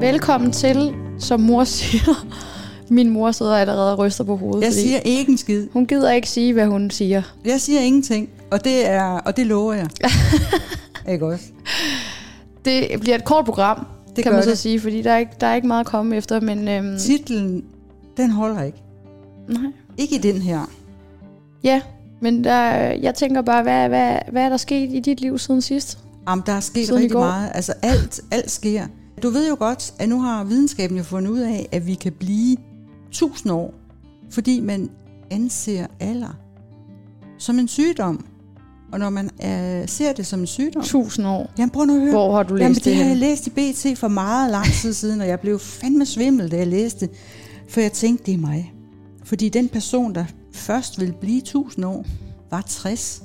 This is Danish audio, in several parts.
Velkommen til, som mor siger. Min mor sidder allerede og ryster på hovedet. Jeg siger ikke en skid. Hun gider ikke sige, hvad hun siger. Jeg siger ingenting, og det lover jeg. Ikke også? Det bliver et kort program, det kan man så sige, fordi der er ikke meget at komme efter. Men titlen, den holder ikke. Nej. Ikke i den her. Ja, men jeg tænker bare, hvad er der sket i dit liv siden sidst? Jamen, der er sket rigtig meget. Altså alt sker. Du ved jo godt, at nu har videnskaben jo fundet ud af, at vi kan blive 1000 år, fordi man anser alder som en sygdom. Og når man ser det som en sygdom... 1000 år? Jamen, prøv nu at høre. Hvor har du læst det har jeg læst i BT for meget lang tid siden, og jeg blev fandme svimmel, da jeg læste det. For jeg tænkte, det er mig. Fordi den person, der først ville blive 1000 år, var 60.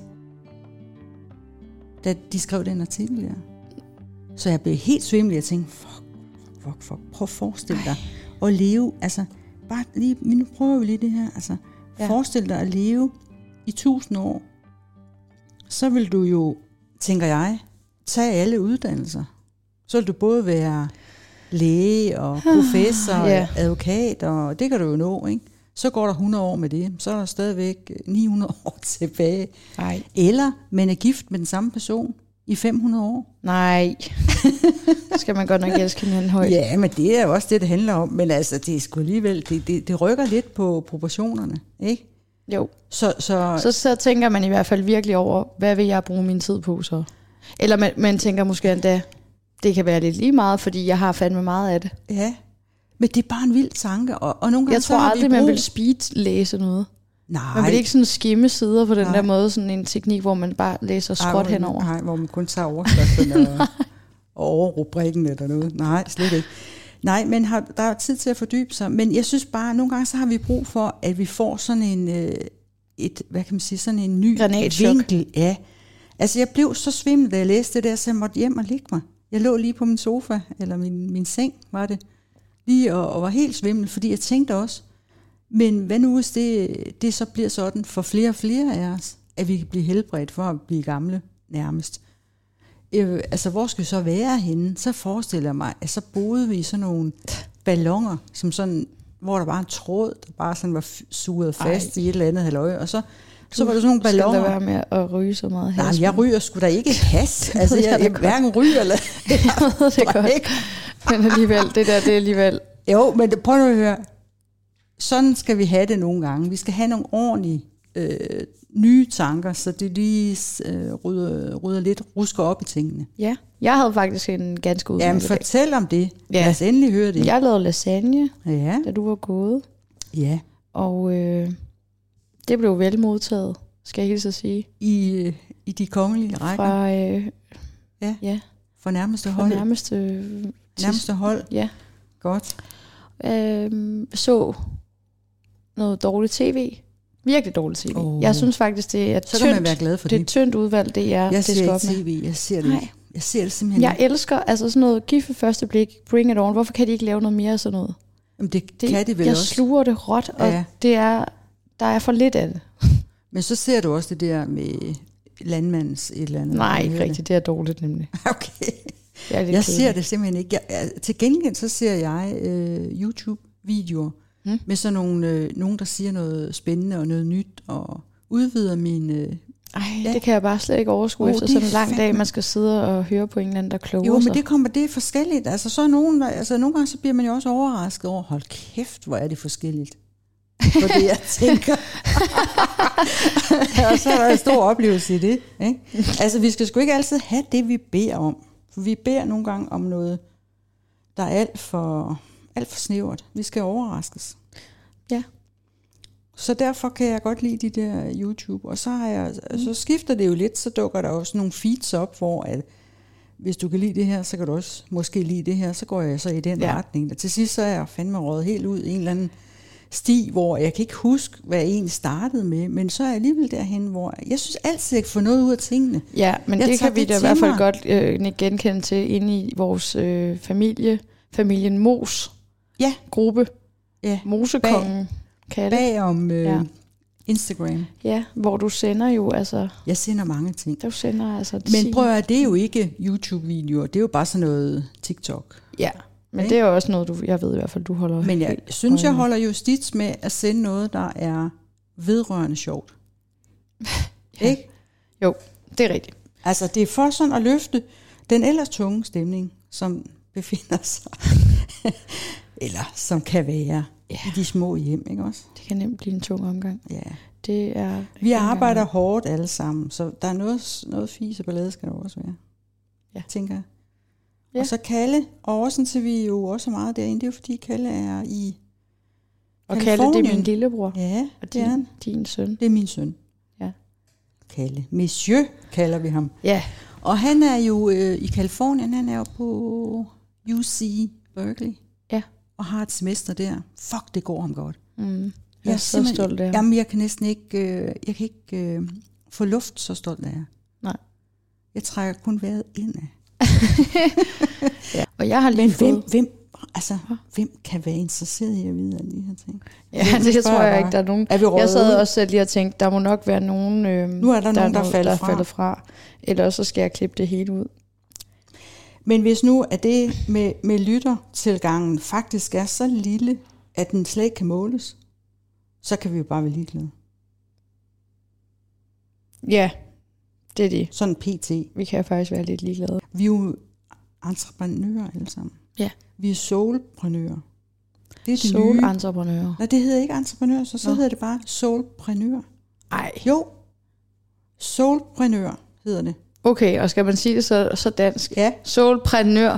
Da de skrev den artikel der. Så jeg blev helt svimmel. Jeg tænkte, fuck. Prøv at forestille dig at leve. Altså, bare lige, nu prøver vi lige det her. Altså, forestil dig at leve i 1000 år. Så vil du jo, tænker jeg, tage alle uddannelser. Så vil du både være læge og professor og advokat, og det kan du jo nå, ikke? Så går der 100 år med det. Så er der stadigvæk 900 år tilbage. Ej. Eller man er gift med den samme person i 500 år. Nej. Så skal man godt nok elske hinanden højt. Ja, men det er jo også det handler om. Men altså, det er sgu alligevel, det rykker lidt på proportionerne, ikke? Jo. Så tænker man i hvert fald virkelig over, hvad vil jeg bruge min tid på så? Eller man tænker måske endda, det kan være lidt lige meget, fordi jeg har fandme meget af det. Ja, men det er bare en vild tanke. Og nogle gange jeg tror aldrig, man vil speed-læse noget. Nej. Man vil ikke sådan skimme sider på den der måde, sådan en teknik, hvor man bare læser skråt henover. Nej, hvor man kun tager overskriften og overrubrikken eller noget. Nej, slet ikke. Nej, men der er tid til at fordybe sig. Men jeg synes bare, at nogle gange så har vi brug for, at vi får sådan sådan en ny vinkel. Ja. Altså jeg blev så svimmel, da jeg læste det der, så jeg måtte hjem og ligge mig. Jeg lå lige på min sofa, eller min seng var det, lige og var helt svimmel, fordi jeg tænkte også, men hvad nu hvis det så bliver sådan for flere og flere af os, at vi kan blive helbredt for at blive gamle nærmest. Altså hvor skal vi så være henne? Så forestiller jeg mig, at så boede vi i sådan nogle balloner, som sådan, hvor der var en tråd, der bare sådan var suget fast i et eller andet halvøje, og så var der sådan nogle balloner. Skal der være med at ryge så meget has? Nej, jeg ryger sgu da ikke has. Altså jeg hverken ryger eller... Jeg ved det godt. Ikke. Men alligevel, det er alligevel... Jo, men prøv nu at høre. Sådan skal vi have det nogle gange. Vi skal have nogle ordentlige nye tanker, så det lige rydder lidt, rusker op i tingene. Ja, jeg havde faktisk en ganske udmærket. Jamen fortæl om det. Ja. Lad os endelig høre det. Jeg lavede lasagne, da du var gået. Ja. Og det blev vel modtaget, skal jeg hilse at sige. I de kongelige rækker? Fra nærmeste hold? Fra nærmeste hold? Ja. Godt. Så noget dårligt tv. Virkelig dårligt tv. Jeg synes faktisk, det er tyndt. Så kan man være glad for det. Det er tyndt udvalg, det er. Jeg ser ikke tv, jeg ser det ikke. Jeg ser det simpelthen. Jeg elsker altså sådan noget gift ved første blik, bring it on. Hvorfor kan de ikke lave noget mere af sådan noget? Jamen det kan de vel jeg også. Jeg sluger det råt, og der er for lidt af det. Men så ser du også det der med landmandens et eller andet. Nej, ikke rigtigt. Det er dårligt nemlig. Okay. Jeg ser det simpelthen ikke. Til gengæld så ser jeg YouTube-videoer med sådan nogen, der siger noget spændende og noget nyt, og udvider min... det kan jeg bare slet ikke overskue efter sådan en lang dag, man skal sidde og høre på en eller anden, der kloger sig. Jo, men det er forskelligt. Altså, så nogle gange så bliver man jo også overrasket over, hold kæft, hvor er det forskelligt. For det, jeg tænker. Og så er der en stor oplevelse i det. Ikke? Altså, vi skal sgu ikke altid have det, vi beder om. For vi beder nogle gange om noget, der er alt for snævert. Vi skal overraskes. Ja. Så derfor kan jeg godt lide de der YouTube. Og så skifter det jo lidt, så dukker der også nogle feeds op, hvor at, hvis du kan lide det her, så kan du også måske lide det her. Så går jeg så i den retning. Og til sidst så er jeg fandme røget helt ud i en eller anden sti, hvor jeg kan ikke huske, hvad jeg egentlig startede med, men så er jeg alligevel derhen, hvor jeg synes altid, jeg kan få noget ud af tingene. Ja, men det kan vi da i hvert fald godt genkende til inde i vores familien Mos gruppe. Ja. Mosekongen. Bagom Instagram. Ja, hvor du sender jo altså... Jeg sender mange ting. Du sender altså... Men prøv at det er jo ikke YouTube-videoer, det er jo bare sådan noget TikTok. Ja. Men det er jo også noget, jeg ved i hvert fald, du holder. Men jeg synes, jeg holder justits med at sende noget, der er vedrørende sjovt. Ja. Ikke? Jo, det er rigtigt. Altså, det er for sådan at løfte den ellers tunge stemning, som befinder sig, eller som kan være i de små hjem, ikke også? Det kan nemt blive en tung omgang. Ja. Det er. Vi arbejder hårdt alle sammen, så der er noget fis og ballade skal der også være. Ja. Tænker jeg. Ja. Og så Kalle, og årsagen til vi jo også meget derinde, det er jo fordi Kalle er i og Kalle, det er min lillebror. Ja, og det er din søn. Det er min søn. Ja. Kalle. Monsieur kalder vi ham. Ja. Og han er jo i Californien, han er jo på UC Berkeley. Ja. Og har et semester der. Fuck, det går ham godt. Jeg er så stolt af ham. Jamen, jeg kan næsten ikke, få luft, så stolt af jer. Nej. Jeg trækker kun vejret indad. Ja. Og jeg har lige hvem kan være interesseret i at vide alle de her ting? Ja, det tror jeg ikke, der er nogen. Jeg sad også selv lige og tænkte, der må nok være nogen, nu er der nogen, der er faldet fra. Eller så skal jeg klippe det helt ud. Men hvis nu at det med lyttertilgangen faktisk er så lille, at den slet ikke kan måles, så kan vi jo bare være ligeglade. Ja, det er det. Sådan pt. Vi kan faktisk være lidt ligeglade. Vi er jo entreprenører alle sammen. Ja. Vi er soulprenører. Det er Soul-entreprenører. Nej, det hedder ikke entreprenør, så hedder det bare soulprenør. Ej. Jo. Soulprenør hedder det. Okay, og skal man sige det så dansk? Ja. Soulprenør.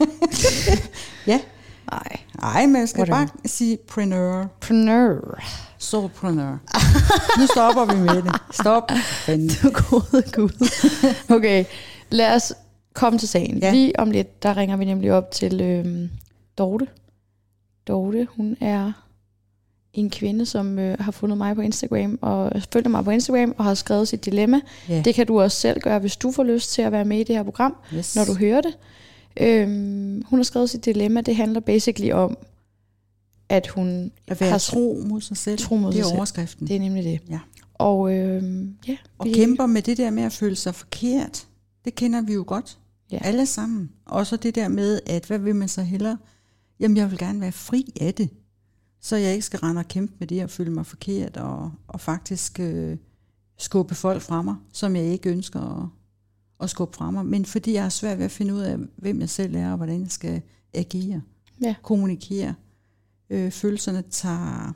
Ja. Nej, men jeg skal Whatever. bare sige preneur. Preneur. Soulpreneur. Nu stopper vi med det. Stop. Du gode Gud. Okay, lad os komme til sagen. Ja. Lige om lidt, der ringer vi nemlig op til Dorte. Dorte, hun er en kvinde, som har fundet mig på Instagram, og følger mig på Instagram, og har skrevet sit dilemma. Ja. Det kan du også selv gøre, hvis du får lyst til at være med i det her program, når du hører det. Hun har skrevet sit dilemma. Det handler basically om, at hun at være tro mod sig selv. Det er overskriften. Det er nemlig det. Ja. Og og kæmper med det der med at føle sig forkert. Det kender vi jo godt. Ja. Alle sammen. Og så det der med, at hvad vil man så hellere? Jamen, jeg vil gerne være fri af det. Så jeg ikke skal rende og kæmpe med det og føle mig forkert og faktisk skubbe folk fra mig, som jeg ikke ønsker at skubbe fra mig. Men fordi jeg har svært ved at finde ud af, hvem jeg selv er og hvordan jeg skal agere. Ja. Kommunikere. Følelserne tager,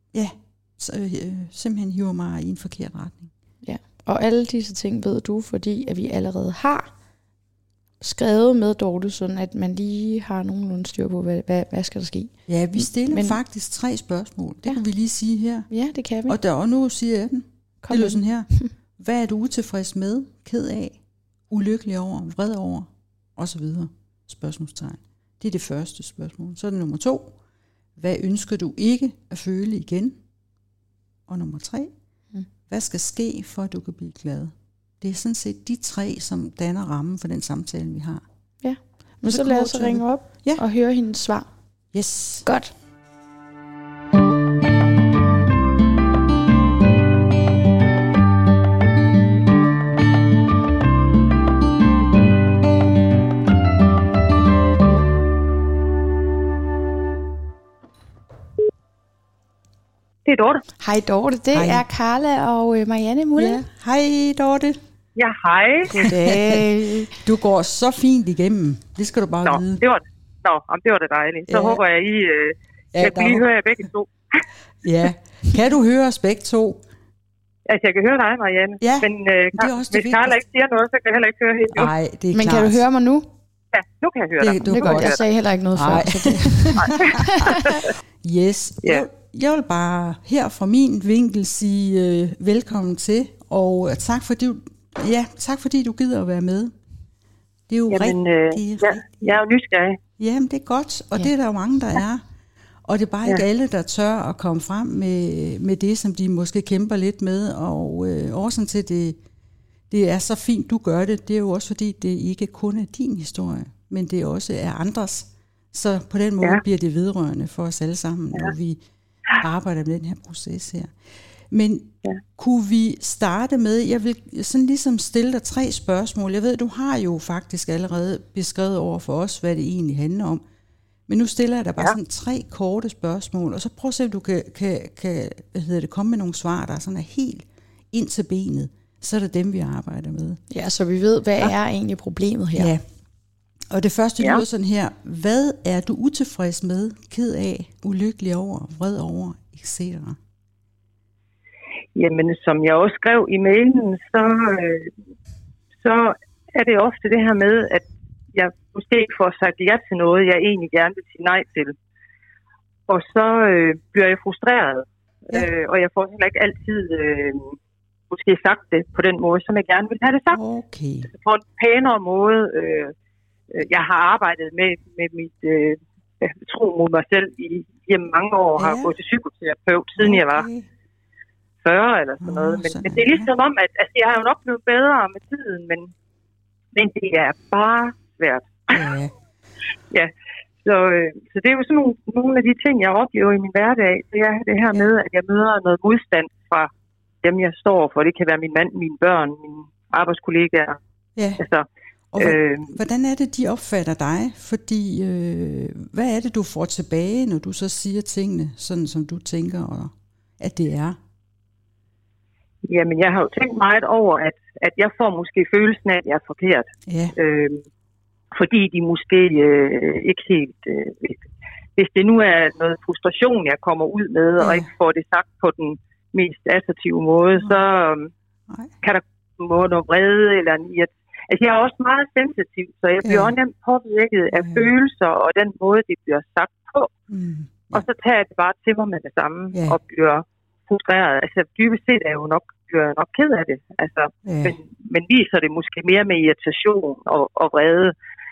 simpelthen hiver mig i en forkert retning. Ja, og alle disse ting ved du, fordi at vi allerede har skrevet med Dorte, sådan at man lige har nogenlunde styr på, hvad skal der ske. Ja, vi stiller faktisk 3 spørgsmål. Det kan vi lige sige her. Ja, det kan vi. Og nu siger jeg den. Det er sådan her. Hvad er du utilfreds med, ked af, ulykkelig over, vred over, og så videre? Spørgsmålstegn. Det er det første spørgsmål. Så er det nummer 2. Hvad ønsker du ikke at føle igen? Og nummer 3. Hvad skal ske, for at du kan blive glad? Det er sådan set de 3, som danner rammen for den samtale, vi har. Ja, men så lad os ringe op og høre hendes svar. Yes. Godt. Det er Dorte. Hej Dorte, det er Carla og Marianne Mulle. Ja. Hej Dorte. Ja, hej. Goddag. Du går så fint igennem. Det skal du bare vide. Det var det dejligt. Så håber jeg, jeg kunne lige høre jer begge to. Ja. Kan du høre os begge to? Altså, jeg kan høre dig, Marianne. Ja, men hvis Carla ikke siger noget, så kan jeg heller ikke høre helt. Nej, det er men klart. Kan du høre mig nu? Ja, nu kan jeg høre dig. Det er godt. Jeg sagde heller ikke noget før. Så det. Yes. Yeah. Jeg vil bare her fra min vinkel sige velkommen til, og tak fordi du gider at være med. Det er jo rigtigt. Jeg er jo nysgerrig. Jamen, det er godt, og det er der jo mange, der er. Og det er bare ikke alle, der tør at komme frem med det, som de måske kæmper lidt med, og årsagen til det er så fint, du gør det, det er jo også fordi, det ikke kun er din historie, men det også er andres. Så på den måde bliver det vedrørende for os alle sammen, når vi arbejder med den her proces her. Men kunne vi starte med, jeg vil sådan ligesom stille dig 3 spørgsmål. Jeg ved, du har jo faktisk allerede beskrevet over for os, hvad det egentlig handler om. Men nu stiller jeg dig bare sådan 3 korte spørgsmål, og så prøv at se, om du kan komme med nogle svar, der sådan er helt ind til benet. Så er det dem, vi arbejder med. Ja, så vi ved, hvad er egentlig problemet her. Ja. Og det første lyder sådan her. Hvad er du utilfreds med, ked af, ulykkelig over, vred over, etc.? Jamen, som jeg også skrev i mailen, så er det ofte det her med, at jeg måske ikke får sagt ja til noget, jeg egentlig gerne vil sige nej til. Og så bliver jeg frustreret, og jeg får heller ikke altid måske sagt det på den måde, som jeg gerne vil have det sagt. Okay. På en pænere måde. Jeg har arbejdet med mit tro mod mig selv i mange år, og har gået til psykoterapeut, siden jeg var 40 eller sådan noget. Men det er ligesom om, at altså, jeg har jo nok blevet bedre med tiden, men det er bare svært. Ja. Så det er jo sådan nogle af de ting, jeg oplever i min hverdag. Det er det her med, at jeg møder noget modstand fra dem, jeg står for. Det kan være min mand, mine børn, mine arbejdskollegaer. Ja. Altså, og hvordan er det, de opfatter dig? Fordi, hvad er det, du får tilbage, når du så siger tingene, sådan som du tænker, at det er? Jamen, jeg har jo tænkt meget over, at jeg får måske følelsen af, at jeg er forkert. Ja. Fordi de måske ikke helt... hvis det nu er noget frustration, jeg kommer ud med, og ikke får det sagt på den mest assertive måde, så kan der komme noget vrede eller en altså, jeg er også meget sensitiv, så jeg bliver også nemt påvirket af følelser og den måde, det bliver sagt på. Og så tager jeg det bare til mig med det samme og bliver frustreret. Altså, dybest set er jeg jo nok ked af det. Altså, men viser det måske mere med irritation og vrede.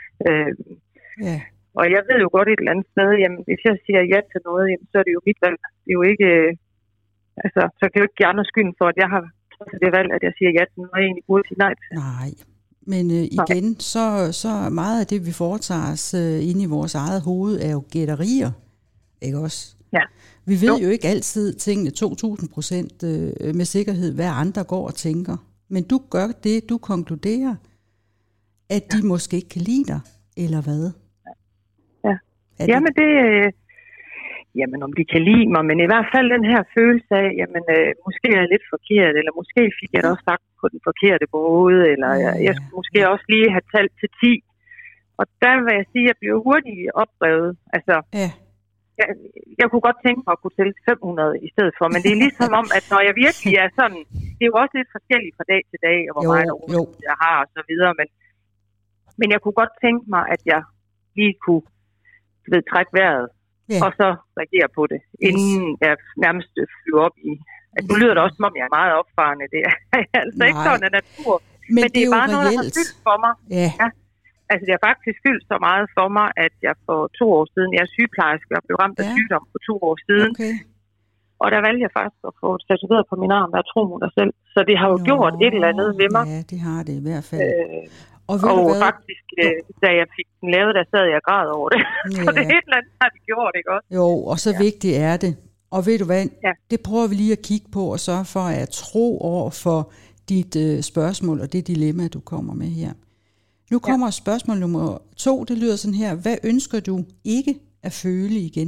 Og jeg ved jo godt et eller andet sted, jamen, hvis jeg siger ja til noget, jamen, så er det jo mit valg. Det er jo ikke... altså, så kan jeg jo ikke give andre skylden for, at jeg har truffet det valg, at jeg siger ja til noget, jeg egentlig burde sige nej til. Nej. Men igen, så meget af det, vi foretager os inde i vores eget hoved, er jo gætterier, ikke også? Ja. Vi ved jo ikke altid tingene 2000% med sikkerhed, hvad andre går og tænker. Men du gør det, du konkluderer, at de måske ikke kan lide dig, eller hvad? Ja. Jamen det... Jamen, om de kan lide mig, men i hvert fald den her følelse af, jamen, måske er jeg lidt forkert, eller måske fik jeg det også sagt på den forkerte måde, eller jeg skulle måske også lige have talt til 10. Og der vil jeg sige, at jeg bliver hurtigt oprevet. Altså, jeg kunne godt tænke mig at kunne tælle 500 i stedet for, men det er ligesom om, at når jeg virkelig er sådan, det er jo også lidt forskelligt fra dag til dag, og hvor meget overskud jeg har, og så videre, men jeg kunne godt tænke mig, at jeg lige kunne trække vejret, og så reagere på det, inden jeg nærmest flyver op i. Altså, nu lyder det også, som om jeg er meget opfarende. Det er altså ikke sådan en natur. Men det er bare noget, der har fyldt for mig. Ja. Altså, det har faktisk fyldt så meget for mig, at jeg for 2 år siden, jeg er sygeplejerske og blev ramt af sygdom for 2 år siden. Okay. Og der valgte jeg faktisk at få tatoveret på min arm, der tro mod dig selv. Så det har jo gjort et eller andet ved mig. Ja, det har det i hvert fald. Og faktisk, da jeg fik den lavet, der sad jeg og græd over det. Så det er et eller andet, har det gjort, ikke også? Jo, og så vigtigt er det. Og ved du hvad, det prøver vi lige at kigge på, og sørge for at tro over for dit spørgsmål, og det dilemma, du kommer med her. Nu kommer spørgsmål nummer 2, det lyder sådan her. Hvad ønsker du ikke at føle igen?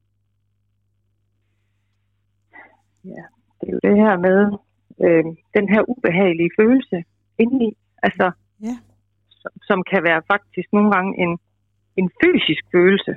Ja, det er jo det her med den her ubehagelige følelse indeni. Altså, som kan være faktisk nogle gange en fysisk følelse.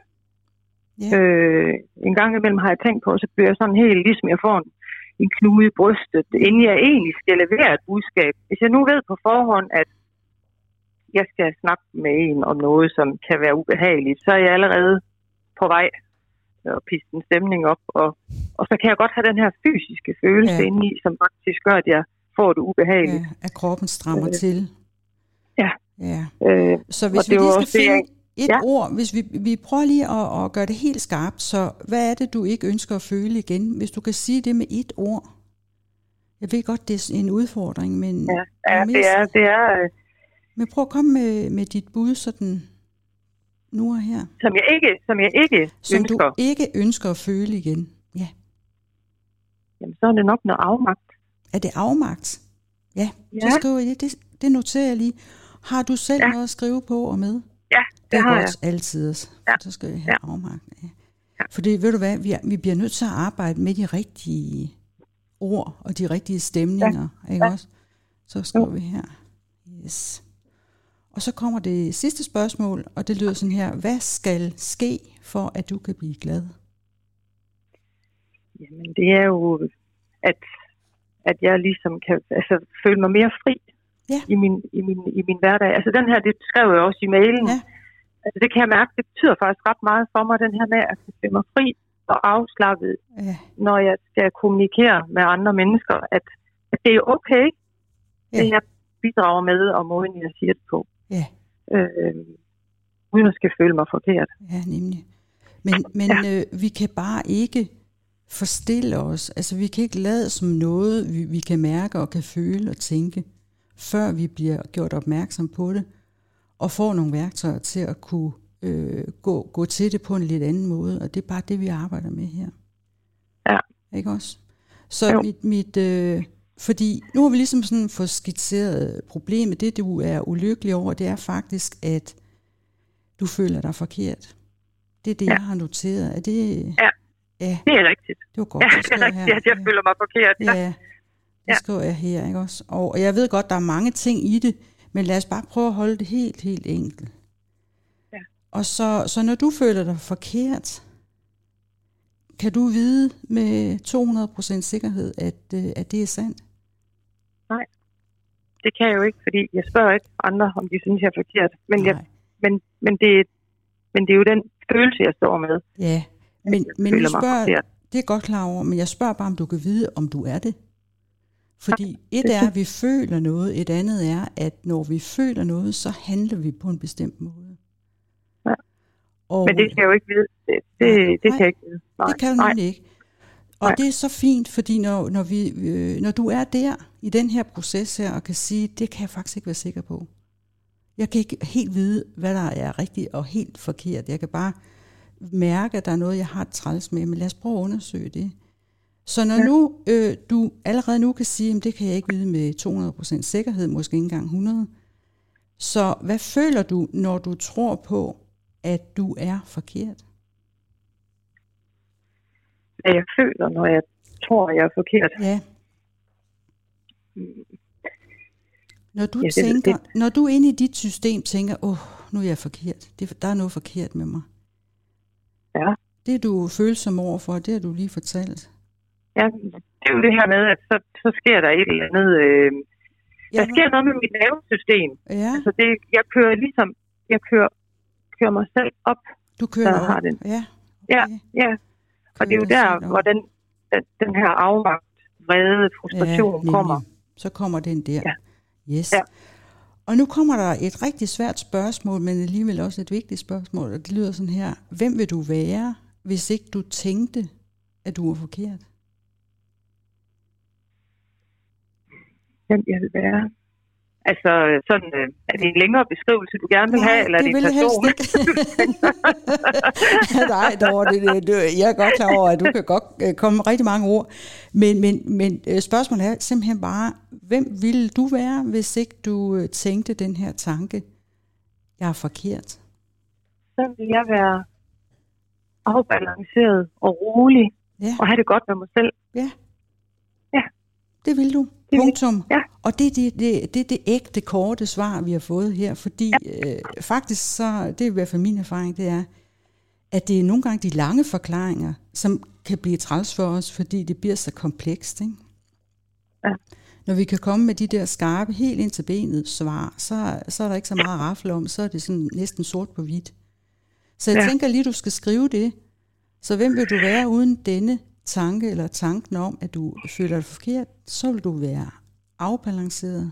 En gang imellem har jeg tænkt på, så bliver jeg sådan helt, ligesom jeg får en knude i brystet, inden jeg egentlig skal levere et budskab. Hvis jeg nu ved på forhånd, at jeg skal snakke med en om noget, som kan være ubehageligt, så er jeg allerede på vej og piste en stemning op. Og så kan jeg godt have den her fysiske følelse indeni, som faktisk gør, at jeg får det ubehageligt. Ja, at kroppen strammer til. Ja. Så hvis vi lige skal finde et ord, hvis vi prøver lige at gøre det helt skarpt, så hvad er det, du ikke ønsker at føle igen? Hvis du kan sige det med et ord. Jeg ved godt, det er en udfordring, men... det er... Men prøv at komme med dit bud sådan nu og her. Som jeg ikke ønsker. Du ikke ønsker at føle igen. Ja. Jamen, så er det nok noget afmagt. Er det afmagt? Ja. Så skriver jeg det noterer jeg lige. Har du selv noget at skrive på og med? det har jeg. Altid. Ja. Så skal jeg have afmagt. Ja. Ja. Fordi ved du hvad, vi bliver nødt til at arbejde med de rigtige ord og de rigtige stemninger, ikke også? Så skriver vi her. Yes. Og så kommer det sidste spørgsmål, og det lyder sådan her. Hvad skal ske, for at du kan blive glad? Jamen, det er jo, at jeg ligesom kan føle mig mere fri i min hverdag. Altså den her, det skrev jeg også i mailen. Ja. Altså, det kan jeg mærke, det betyder faktisk ret meget for mig, den her med at føle mig fri og afslappet, når jeg skal kommunikere med andre mennesker, at det er okay, det jeg bidrager med, og måden jeg siger det på. Ja. Uden at skal føle mig forkert. Ja, nemlig. Men vi kan bare ikke forstille os. Altså vi kan ikke lade som noget, vi kan mærke og kan føle og tænke, før vi bliver gjort opmærksom på det, og får nogle værktøjer til at kunne gå til det på en lidt anden måde. Og det er bare det, vi arbejder med her. Ja. Ikke også? Så fordi nu har vi ligesom sådan fået skitseret problemet. Det, du er ulykkelig over, det er faktisk, at du føler dig forkert. Det er det, jeg har noteret. Er det... Ja, det er rigtigt. Det var godt. Ja, det er rigtigt, at jeg føler mig forkert. Ja, det skriver jeg her, ikke også? Og jeg ved godt, der er mange ting i det, men lad os bare prøve at holde det helt enkelt. Ja. Og så når du føler dig forkert, kan du vide med 200% sikkerhed, at det er sandt? Nej, det kan jeg jo ikke, fordi jeg spørger ikke andre, om de synes, jeg er forkert. Men det er jo den følelse, jeg står med. Ja, men jeg spørger, det er godt klar over, men jeg spørger bare, om du kan vide, om du er det. Fordi et er, at vi føler noget, et andet er, at når vi føler noget, så handler vi på en bestemt måde. Ja. Og men det kan jeg jo ikke vide. Det kan jeg ikke vide. Nej. Det kan du nemlig ikke. Og det er så fint, fordi når du er der i den her proces her, og kan sige, det kan jeg faktisk ikke være sikker på. Jeg kan ikke helt vide, hvad der er rigtigt og helt forkert. Jeg kan bare mærke, at der er noget, jeg har et træls med, men lad os prøve at undersøge det. Så når nu du allerede nu kan sige, at det kan jeg ikke vide med 200% sikkerhed, måske ikke engang 100, så hvad føler du, når du tror på, at du er forkert? Hvad jeg føler, når jeg tror, at jeg er forkert? Ja. Når du når du inde i dit system tænker, nu er jeg forkert, der er noget forkert med mig. Ja. Det du følsom overfor, det har du lige fortalt. Ja, det er jo det her med, at så sker der et eller andet. Der sker noget med mit nervesystem. Ja. Altså jeg kører mig selv op. Du kører op? Har den. Ja. Okay. Ja. Og det er jo der, hvor den her afmagt, vrede, frustration kommer. Så kommer den der. Ja. Yes. Ja. Og nu kommer der et rigtig svært spørgsmål, men alligevel også et vigtigt spørgsmål, og det lyder sådan her. Hvem vil du være, hvis ikke du tænkte, at du var forkert? Hvem jeg vil være? Altså, sådan, er det en længere beskrivelse, du gerne vil have, eller er det en person? Nej, jeg er godt klar over, at du kan godt komme med rigtig mange ord. Men spørgsmålet er simpelthen bare, hvem ville du være, hvis ikke du tænkte den her tanke, jeg er forkert? Så vil jeg være afbalanceret og rolig, og have det godt med mig selv. Ja. Det vil du. Punktum. Ja. Og det er det ægte, korte svar, vi har fået her, fordi faktisk så, det er i hvert fald min erfaring, det er, at det er nogle gange de lange forklaringer, som kan blive træls for os, fordi det bliver så komplekst, ikke? Ja. Når vi kan komme med de der skarpe, helt ind til benet svar, så er der ikke så meget at rafle om, så er det sådan næsten sort på hvidt. Så jeg tænker lige, du skal skrive det. Så hvem vil du være uden denne tanke eller tanken om, at du føler dig forkert, så vil du være afbalanceret.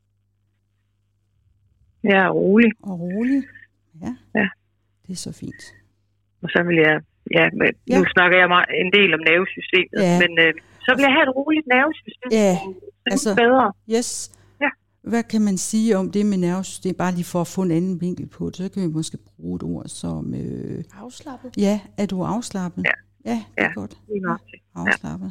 Ja, rolig. Og rolig. Ja. Det er så fint. Og så vil jeg, nu snakker jeg en del om nervesystemet, men så vil jeg have et roligt nervesystem. Ja, altså, bedre. Yes. Ja. Hvad kan man sige om det med nervesystem? Bare lige for at få en anden vinkel på det, så kan vi måske bruge et ord som... afslappet? Ja, er du afslappet? Ja, det er godt. Afslappet.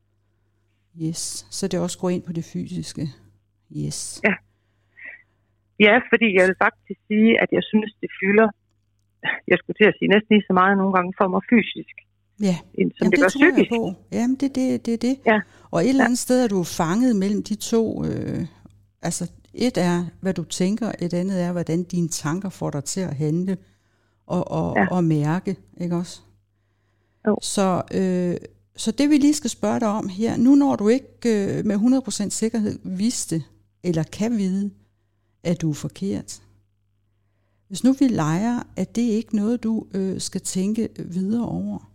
Yes. Så det også går ind på det fysiske. Yes. Ja. Ja, fordi jeg vil faktisk sige, at jeg synes, det fylder, jeg skulle til at sige næsten lige så meget nogle gange for mig fysisk, som det gør psykisk. Jamen, det er det. Ja. Og et eller andet sted er du fanget mellem de to. Altså, et er, hvad du tænker, et andet er, hvordan dine tanker får dig til at handle og mærke, ikke også? Jo. Så det vi lige skal spørge dig om her, nu når du ikke med 100% sikkerhed vidste, eller kan vide, at du er forkert. Hvis nu vi leger, at det ikke er noget, du skal tænke videre over.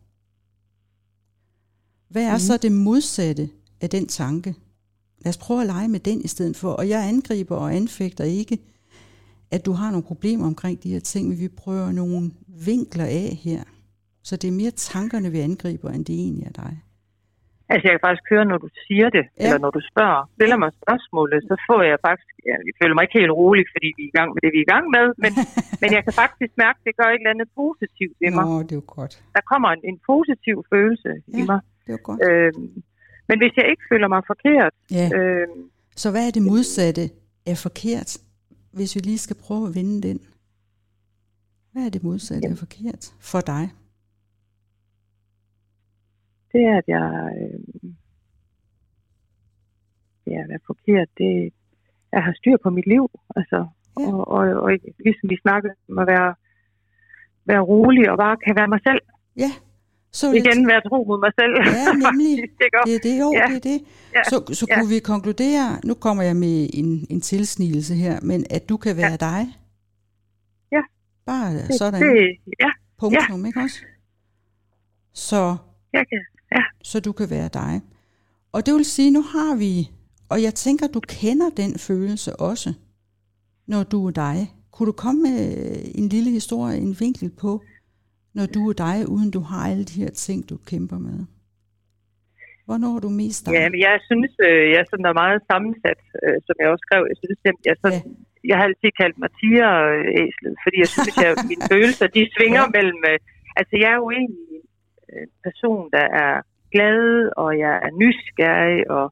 Hvad er så det modsatte af den tanke? Lad os prøve at lege med den i stedet for. Og jeg angriber og anfægter ikke, at du har nogle problemer omkring de her ting, men vi prøver nogle vinkler af her. Så det er mere tankerne, vi angriber, end det egentlig er dig. Altså jeg kan faktisk høre, når du siger det, eller når du stiller mig spørgsmålet, så får jeg faktisk, jeg føler mig ikke helt rolig, fordi vi er i gang med det, vi er i gang med, men jeg kan faktisk mærke, at det gør et eller andet positivt i mig. Det er jo godt. Der kommer en positiv følelse i mig. Det er jo godt. Men hvis jeg ikke føler mig forkert... Så hvad er det modsatte af forkert, hvis vi lige skal prøve at vende den? Hvad er det modsatte af forkert for dig? Det er, at jeg er forkert. Jeg har styr på mit liv. Altså, og ligesom vi snakkede om at være rolig og bare kan være mig selv. Ja. Så igen være tro mod mig selv. Ja, nemlig. Det er det, det er det. Ja. Så kunne vi konkludere, nu kommer jeg med en tilsnigelse her, men at du kan være dig. Ja. Bare sådan. Punktum, ikke også? Så så du kan være dig. Og det vil sige, nu har vi, og jeg tænker, du kender den følelse også, når du er dig. Kunne du komme med en lille historie, en vinkel på, når du er dig, uden du har alle de her ting, du kæmper med? Hvornår er du mest dig? Ja, men jeg synes, jeg er sådan meget sammensat, som jeg også skrev. Jeg synes, jeg har altid kaldt mig tigeræslet, fordi jeg synes, at mine følelser, de svinger mellem... Altså, jeg er jo egentlig en person, der er glad, og jeg er nysgerrig, og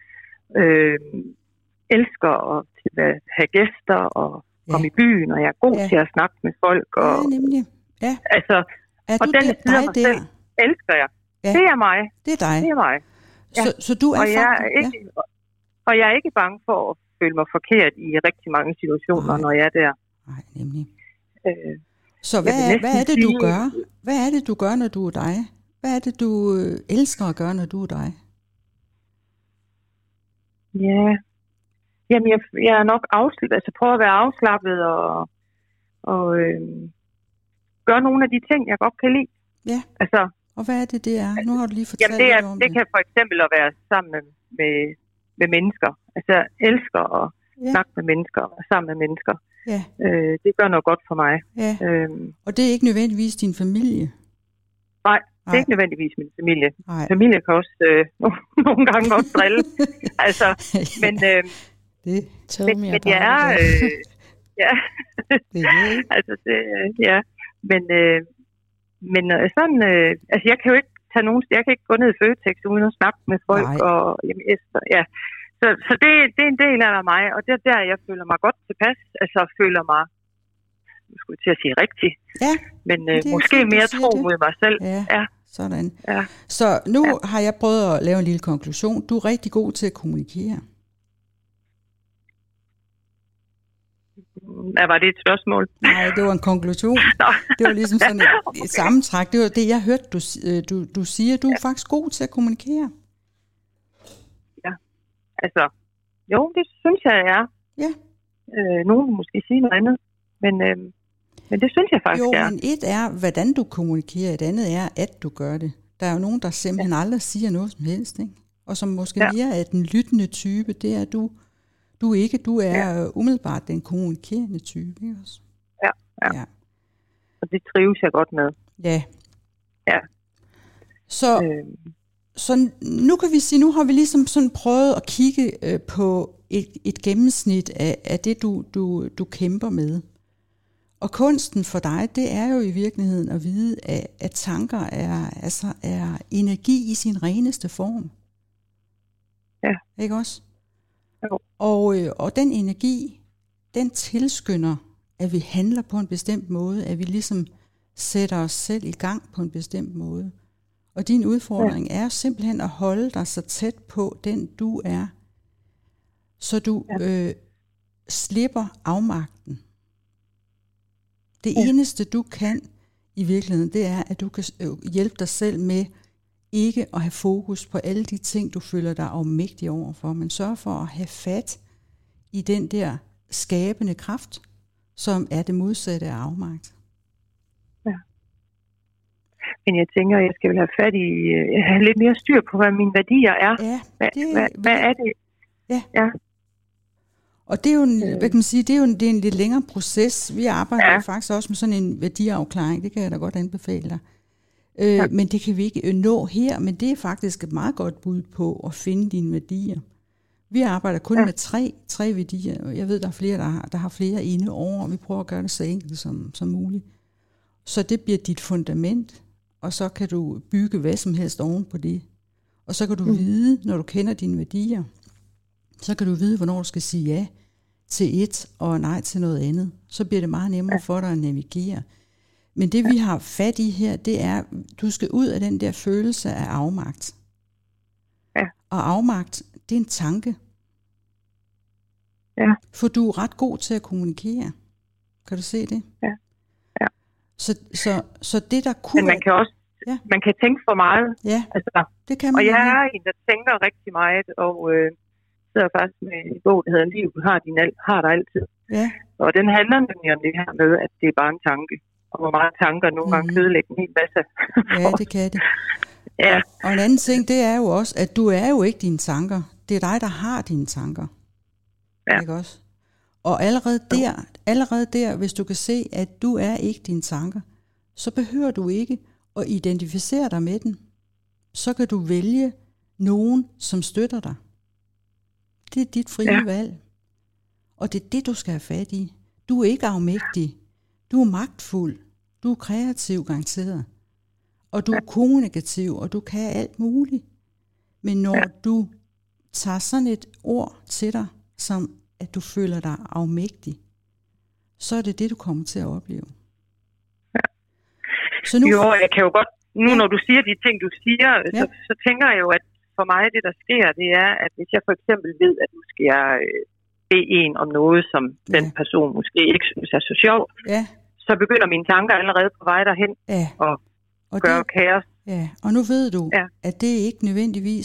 elsker at have gæster, og komme i byen, og jeg er god til at snakke med folk. Og, nemlig. Ja. Altså, og den side af mig selv elsker jeg. Ja. Det er mig. Det er dig. Det er mig. Ja. Så du er og jeg er ikke bange for at føle mig forkert i rigtig mange situationer, når jeg er der. Nej, nemlig. Så hvad er det, du gør? Hvad er det, du gør, når du er dig? Hvad er det, du elsker at gøre, når du er dig? Ja. Jamen, jeg er nok afslappet. Altså, prøver at være afslappet og gøre nogle af de ting, jeg godt kan lide. Ja. Altså, og hvad er det er? Nu har du lige fortalt om det. Det kan for eksempel at være sammen med mennesker. Altså, jeg elsker at snakke med mennesker og sammen med mennesker. Ja. Det gør noget godt for mig. Ja. Og det er ikke nødvendigvis din familie? Nej, det er ikke nødvendigvis min familie. Nej. Familie kan også nogle gange også drille. Altså, men jeg er... altså det, men sådan, altså jeg kan jo ikke tage nogen, jeg kan ikke gå ned i Føtex uden at snakke med folk. Nej. Og jamen, så det er en del af mig, og det er der, jeg føler mig godt tilpas, altså føler mig, nu skulle jeg til at sige rigtigt, men måske mere tro mod mig selv. Ja. Sådan. Ja. Så nu har jeg prøvet at lave en lille konklusion. Du er rigtig god til at kommunikere. Var det et spørgsmål? Nej, det var en konklusion. Det var ligesom sådan et sammentræk. Det var det, jeg hørte, du siger. Du er faktisk god til at kommunikere. Ja, altså, jo, det synes jeg er. Ja. Nogen vil måske sige noget andet, men det synes jeg faktisk er. Jo, men et er, hvordan du kommunikerer, et andet er, at du gør det. Der er jo nogen, der simpelthen aldrig siger noget som helst, ikke? Og som måske mere er den lyttende type, det er du ikke. Du er umiddelbart den kommunikerende type, ikke også? Ja. Og det trives jeg godt med. Ja. Så nu kan vi sige, nu har vi ligesom sådan prøvet at kigge på et gennemsnit af det, du kæmper med. Og kunsten for dig, det er jo i virkeligheden at vide, at tanker er energi i sin reneste form. Ja. Ikke også? Jo. Og den energi, den tilskynder, at vi handler på en bestemt måde, at vi ligesom sætter os selv i gang på en bestemt måde. Og din udfordring er simpelthen at holde dig så tæt på den du er, så du slipper afmagten. Det eneste du kan i virkeligheden, det er, at du kan hjælpe dig selv med ikke at have fokus på alle de ting, du føler dig afmægtig overfor, men sørg for at have fat i den der skabende kraft, som er det modsatte af afmagt. Ja. Men jeg tænker, at jeg skal vel have fat i, have lidt mere styr på, hvad mine værdier er. Ja, hvad er det? Ja. Og det er jo hvad kan man sige, det er en lidt længere proces. Vi arbejder jo faktisk også med sådan en værdiafklaring, det kan jeg da godt anbefale dig. Men det kan vi ikke nå her, men det er faktisk et meget godt bud på at finde dine værdier. Vi arbejder kun med tre værdier. Jeg ved, der er flere, der har flere inde over, og vi prøver at gøre det så enkelt som muligt. Så det bliver dit fundament, og så kan du bygge hvad som helst oven på det. Og så kan du vide, når du kender dine værdier, så kan du vide, hvornår du skal sige ja til et og nej til noget andet. Så bliver det meget nemmere for dig at navigere. Men det vi har fat i her, det er, du skal ud af den der følelse af afmagt. Ja. Og afmagt, det er en tanke. Ja. For du er ret god til at kommunikere. Kan du se det? Ja. Ja. Så det der kunne... Men man kan også man kan tænke for meget. Ja, altså, det kan man. Og jeg er en, der tænker rigtig meget, og sidder faktisk med en bog, der hedder Livet har dig altid. Ja. Og den handler nemlig om det her med, at det er bare en tanke. Og hvor meget tanker nogle gange ødelægger en hel masse. Ja, det kan det. Ja. Og en anden ting, det er jo også, at du er jo ikke dine tanker. Det er dig, der har dine tanker. Ja. Ikke også? Og allerede der, hvis du kan se, at du er ikke dine tanker, så behøver du ikke at identificere dig med den. Så kan du vælge nogen, som støtter dig. Det er dit frie valg. Og det er det, du skal have fat i. Du er ikke afmægtig. Du er magtfuld. Du er kreativ, garanteret. Og du er kommunikativ, og du kan alt muligt. Men når du tager sådan et ord til dig, som at du føler dig afmægtig, så er det det, du kommer til at opleve. Ja. Så nu, jo, jeg kan jo godt, nu når du siger de ting, du siger, så tænker jeg jo, at for mig det, der sker, det er, at hvis jeg for eksempel ved, at nu skal jeg bede en om noget, som den person måske ikke synes er så sjovt, så begynder mine tanker allerede på vej derhen og gøre kaos. Ja, og nu ved du, at det er ikke nødvendigvis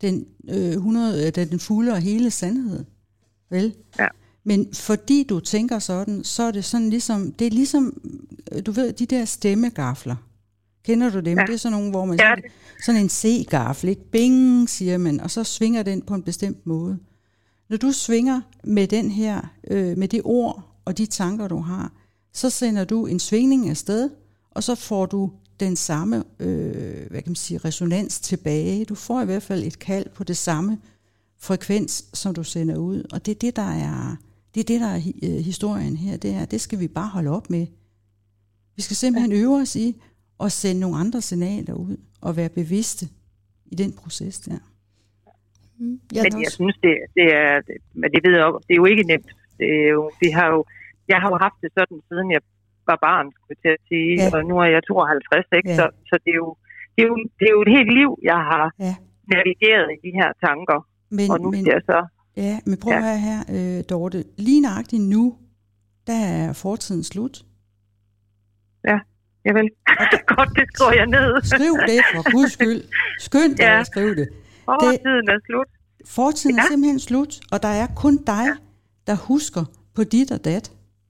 den fulde og hele sandhed. Vel? Ja. Men fordi du tænker sådan, så er det sådan ligesom, det er ligesom, du ved, de der stemmegafler. Kender du dem? Ja. Det er sådan nogle, hvor man siger, sådan en C-gaffel, ikke? Bing, siger man, og så svinger den på en bestemt måde. Når du svinger med den her, med det ord og de tanker, du har, så sender du en svingning afsted, og så får du den samme, hvad kan man sige, resonans tilbage. Du får i hvert fald et kald på det samme frekvens, som du sender ud. Og det er det, der er historien her. Det skal vi bare holde op med. Vi skal simpelthen øve os i at sende nogle andre signaler ud og være bevidste i den proces der. Men jeg synes, det er, men det ved jeg også, det er jo ikke nemt. Det er jo, jeg har jo haft det sådan, siden jeg var barn, skulle jeg til at sige, og nu er jeg 52, ikke? Ja. Så det er jo et helt liv, jeg har navigeret i de her tanker. Og nu bliver så... Ja, men prøv at høre her, Dorte. Lige nøjagtigt nu, der er fortiden slut. Ja, jeg vil. Godt, det skriver jeg ned. Skriv det for Guds skyld. Skynd dig at skrive det. Fortiden er slut. Fortiden er simpelthen slut, og der er kun dig, der husker på dit og dat.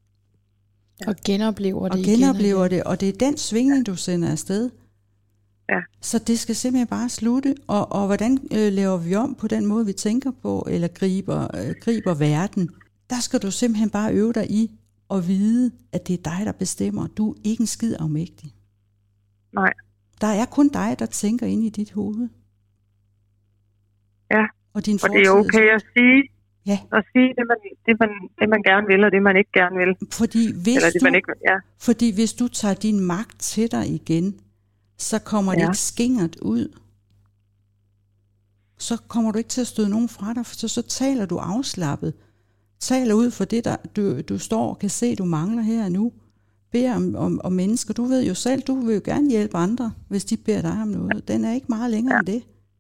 Og genoplever det. Og det er den svingning, du sender afsted. Ja. Så det skal simpelthen bare slutte. Og hvordan laver vi om på den måde, vi tænker på, eller griber verden? Der skal du simpelthen bare øve dig i at vide, at det er dig, der bestemmer. Du er ikke en skid afmægtig. Nej. Der er kun dig, der tænker ind i dit hoved. Ja, og det er okay at sige. Ja. At sige det, man gerne vil, og det, man ikke gerne vil. Fordi hvis du tager din magt til dig igen, så kommer det ikke skingert ud. Så kommer du ikke til at støde nogen fra dig, så taler du afslappet. taler ud for det, der du står og kan se, du mangler her og nu. Beder om mennesker. Du ved jo selv, du vil jo gerne hjælpe andre, hvis de beder dig om noget. Den er ikke meget længere end det.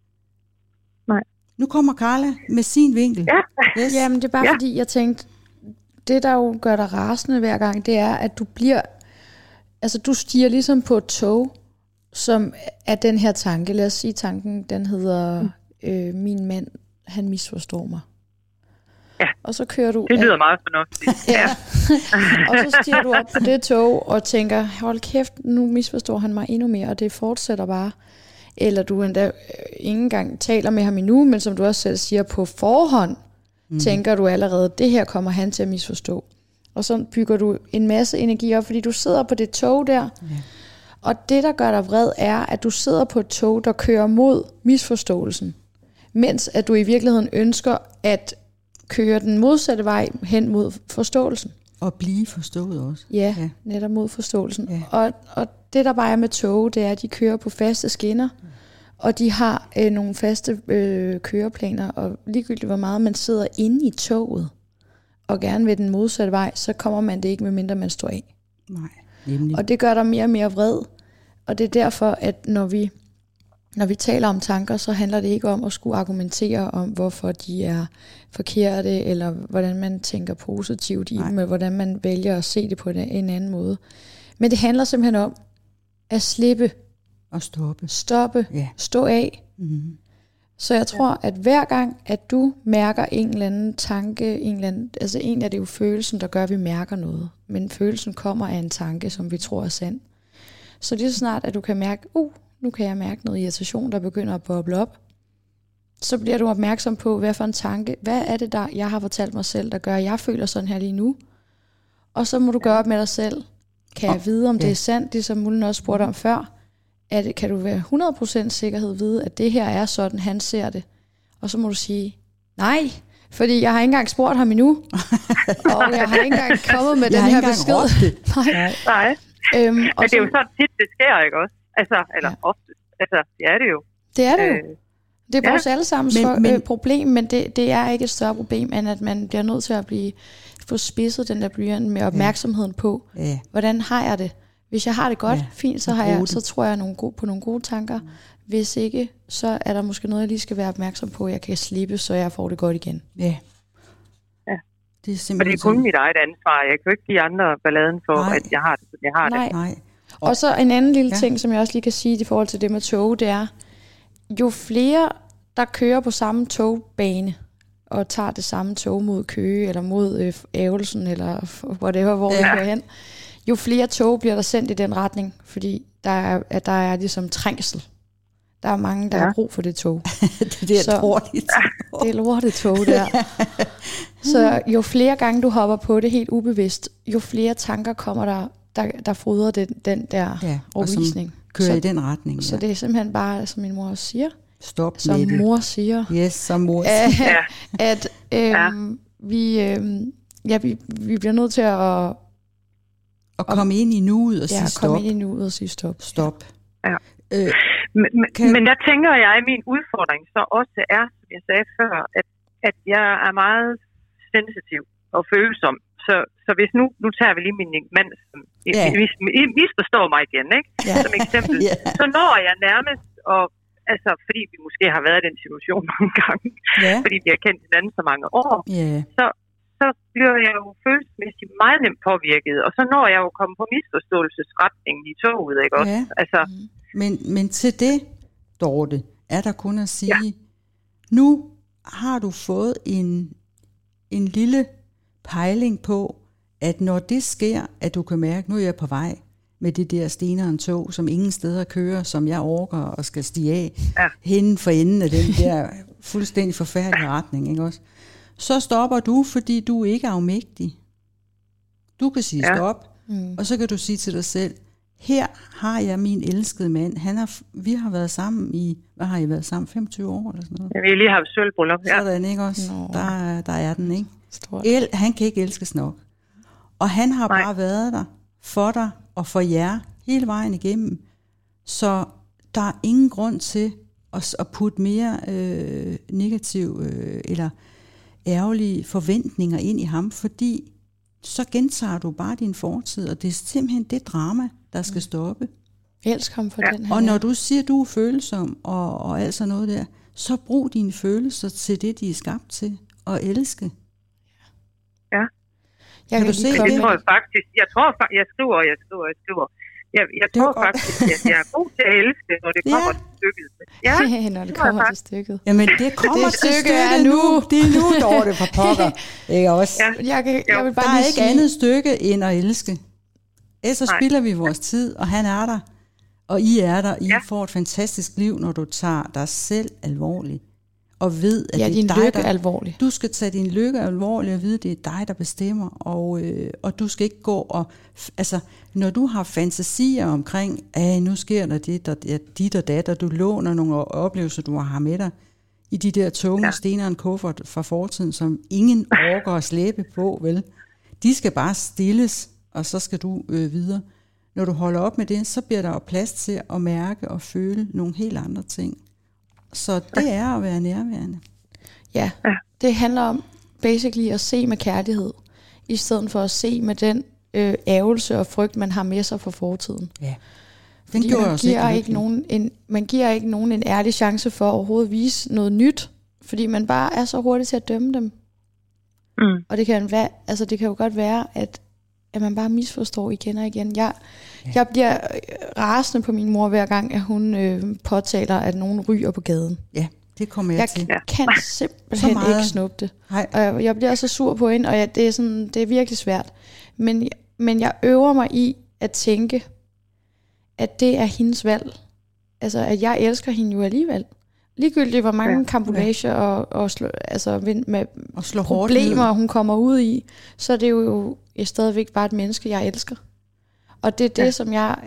Nej. Nu kommer Carla med sin vinkel. Ja. Yes. Jamen, det er bare fordi, jeg tænkte, det der jo gør dig rasende hver gang, det er, at du bliver, altså du stiger ligesom på et tog, som er den her tanke. Lad os sige, tanken, den hedder, min mand, han misforstår mig. Ja, og så kører du det lyder meget fornuftigt. Ja. Og så stiger du op på det tog og tænker, hold kæft, nu misforstår han mig endnu mere, og det fortsætter bare. Eller du endda ikke engang taler med ham endnu, men som du også selv siger, på forhånd tænker du allerede, det her kommer han til at misforstå. Og så bygger du en masse energi op, fordi du sidder på det tog der. Ja. Og det, der gør dig vred, er, at du sidder på et tog, der kører mod misforståelsen. Mens at du i virkeligheden ønsker at køre den modsatte vej hen mod forståelsen. Og blive forstået også. Ja, netop mod forståelsen. Ja. Og det, der bare er med tog, det er, at de kører på faste skinner, og de har nogle faste køreplaner, og ligegyldigt hvor meget man sidder inde i toget, og gerne vil den modsatte vej, så kommer man det ikke, medmindre man står af. Nej, nemlig. Og det gør dig mere og mere vred, og det er derfor, at når vi taler om tanker, så handler det ikke om at skulle argumentere om, hvorfor de er forkerte, eller hvordan man tænker positivt i dem, eller hvordan man vælger at se det på en anden måde. Men det handler simpelthen om at slippe. Og Stoppe. Stå af. Mm-hmm. Så jeg tror, at hver gang, at du mærker en eller anden tanke, altså en af det er jo følelsen, der gør, at vi mærker noget. Men følelsen kommer af en tanke, som vi tror er sand. Så lige så snart, at du kan mærke, nu kan jeg mærke noget irritation, der begynder at boble op, så bliver du opmærksom på, hvad for en tanke, hvad er det, der jeg har fortalt mig selv, der gør, at jeg føler sådan her lige nu. Og så må du gøre op med dig selv. Kan jeg vide, om det er sandt, det som Mullen også spurgte om før? Kan du være 100% sikkerhed vide, at det her er sådan, han ser det? Og så må du sige, nej, fordi jeg har ikke engang spurgt ham endnu. Og jeg har ikke engang kommet med den her besked. Nej. Men det er jo sådan tit, det sker, ikke også? Altså, eller ofte. Altså, det er det jo. Det er det jo. Det er vores allesammens problem, men det er ikke et større problem, end at man bliver nødt til at få spidset den der blyant med opmærksomheden på, hvordan har jeg det? Hvis jeg har det godt, fint, så tror jeg på nogle gode tanker. Hvis ikke, så er der måske noget, jeg lige skal være opmærksom på, jeg kan slippe, så jeg får det godt igen. Ja. Det er simpelthen, og det er kun mit eget ansvar. Jeg kan jo ikke give andre balladen for, at jeg har det, som jeg har det. Nej. Og så en anden lille ting, som jeg også lige kan sige i forhold til det med tog, det er, jo flere, der kører på samme togbane, og tager det samme tog mod Køge, eller mod Ævelsen, eller whatever, hvor vi kører hen, jo flere tog bliver der sendt i den retning, fordi der er ligesom trængsel. Der er mange, der har brug for det tog. Det er lortet tog. Det er lortet tog der. Så jo flere gange du hopper på det helt ubevidst, jo flere tanker kommer der fodrer den der overbevisning. Kører i den retning. Så det er simpelthen bare, som min mor også siger. Stop som med det. Mor siger. Yes, som mor siger. At vi bliver nødt til at komme ind i nuet og sige stop. komme ind i nuet og sige stop. Stop. Ja. Men der tænker jeg, at min udfordring så også er, som jeg sagde før, at jeg er meget sensitiv og følsom. Så hvis nu tager vi lige min mand, som misforstår mig igen, ikke? Som eksempel, så når jeg nærmest, og altså fordi vi måske har været i den situation mange gange, fordi vi har kendt hinanden så mange år, så bliver jeg jo følelsesmæssigt meget nemt påvirket, og så når jeg jo komme på misforståelsesretningen i toget, ikke også? Altså, men til det, Dorte, er der kun at sige, nu har du fået en lille pejling på, at når det sker, at du kan mærke, nu er jeg på vej med det der steneren tog, som ingen steder kører, som jeg orker og skal stige af, henne for enden af den der fuldstændig forfærdelige retning, ikke også? Så stopper du, fordi du ikke er afmægtig. Du kan sige stop, og så kan du sige til dig selv, her har jeg min elskede mand. Vi har været sammen i, hvad har I været sammen, 25 år eller sådan noget? Ja, vi har lige haft sølvbryllup. Sådan, ikke også? Der er den, ikke? Han kan ikke elskes nok. Og han har bare været der for dig og for jer hele vejen igennem. Så der er ingen grund til at putte mere negativ eller ærgerlige forventninger ind i ham, fordi så gentager du bare din fortid, og det er simpelthen det drama, der skal stoppe. Elsk ham for den her. Og når du siger, du er følsom og alt sådan noget der, så brug dine følelser til det, de er skabt til, og elske. Ja. Jeg kan se det. Tror jeg faktisk. Jeg skriver. Jeg tror faktisk, at jeg er god til at elske, når det kommer til stykket. Ja, når det kommer til stykket. Jamen, det kommer til stykket nu. Det er nu, Dorte, for pokker. Ikke også? Ja. Jeg vil bare der er ikke andet stykke end at elske. Ellers spilder vi vores tid, og han er der. Og I er der. I får et fantastisk liv, når du tager dig selv alvorligt. Og ved, at det er din dig, lykke alvorligt. Du skal tage din lykke alvorligt og vide, at det er dig, der bestemmer. Og du skal ikke gå og... Altså, når du har fantasier omkring, nu sker der dit og dat, og du låner nogle oplevelser, du har med dig, i de der tunge stener en kuffert fra fortiden, som ingen orker at slæbe på, vel? De skal bare stilles, og så skal du videre. Når du holder op med det, så bliver der plads til at mærke og føle nogle helt andre ting. Så det er at være nærværende. Ja, det handler om basically at se med kærlighed, i stedet for at se med den ærgelse og frygt, man har med sig fra fortiden. Ja. Fordi man giver ikke nogen en ærlig chance for at overhovedet vise noget nyt, fordi man bare er så hurtig til at dømme dem. Mm. Og det kan jo godt være, at man bare misforstår igen og igen. Jeg bliver rasende på min mor hver gang, at hun påtaler, at nogen ryger på gaden. Ja, det kommer jeg til. Jeg kan simpelthen ikke snuppe det. Og jeg bliver så sur på hende, og det er virkelig svært. Men jeg øver mig i at tænke, at det er hendes valg. Altså, at jeg elsker hende jo alligevel. Ligegyldigt hvor mange kampolager og problemer hun kommer ud i, så er det jo stadigvæk bare et menneske, jeg elsker. Og det er det, som jeg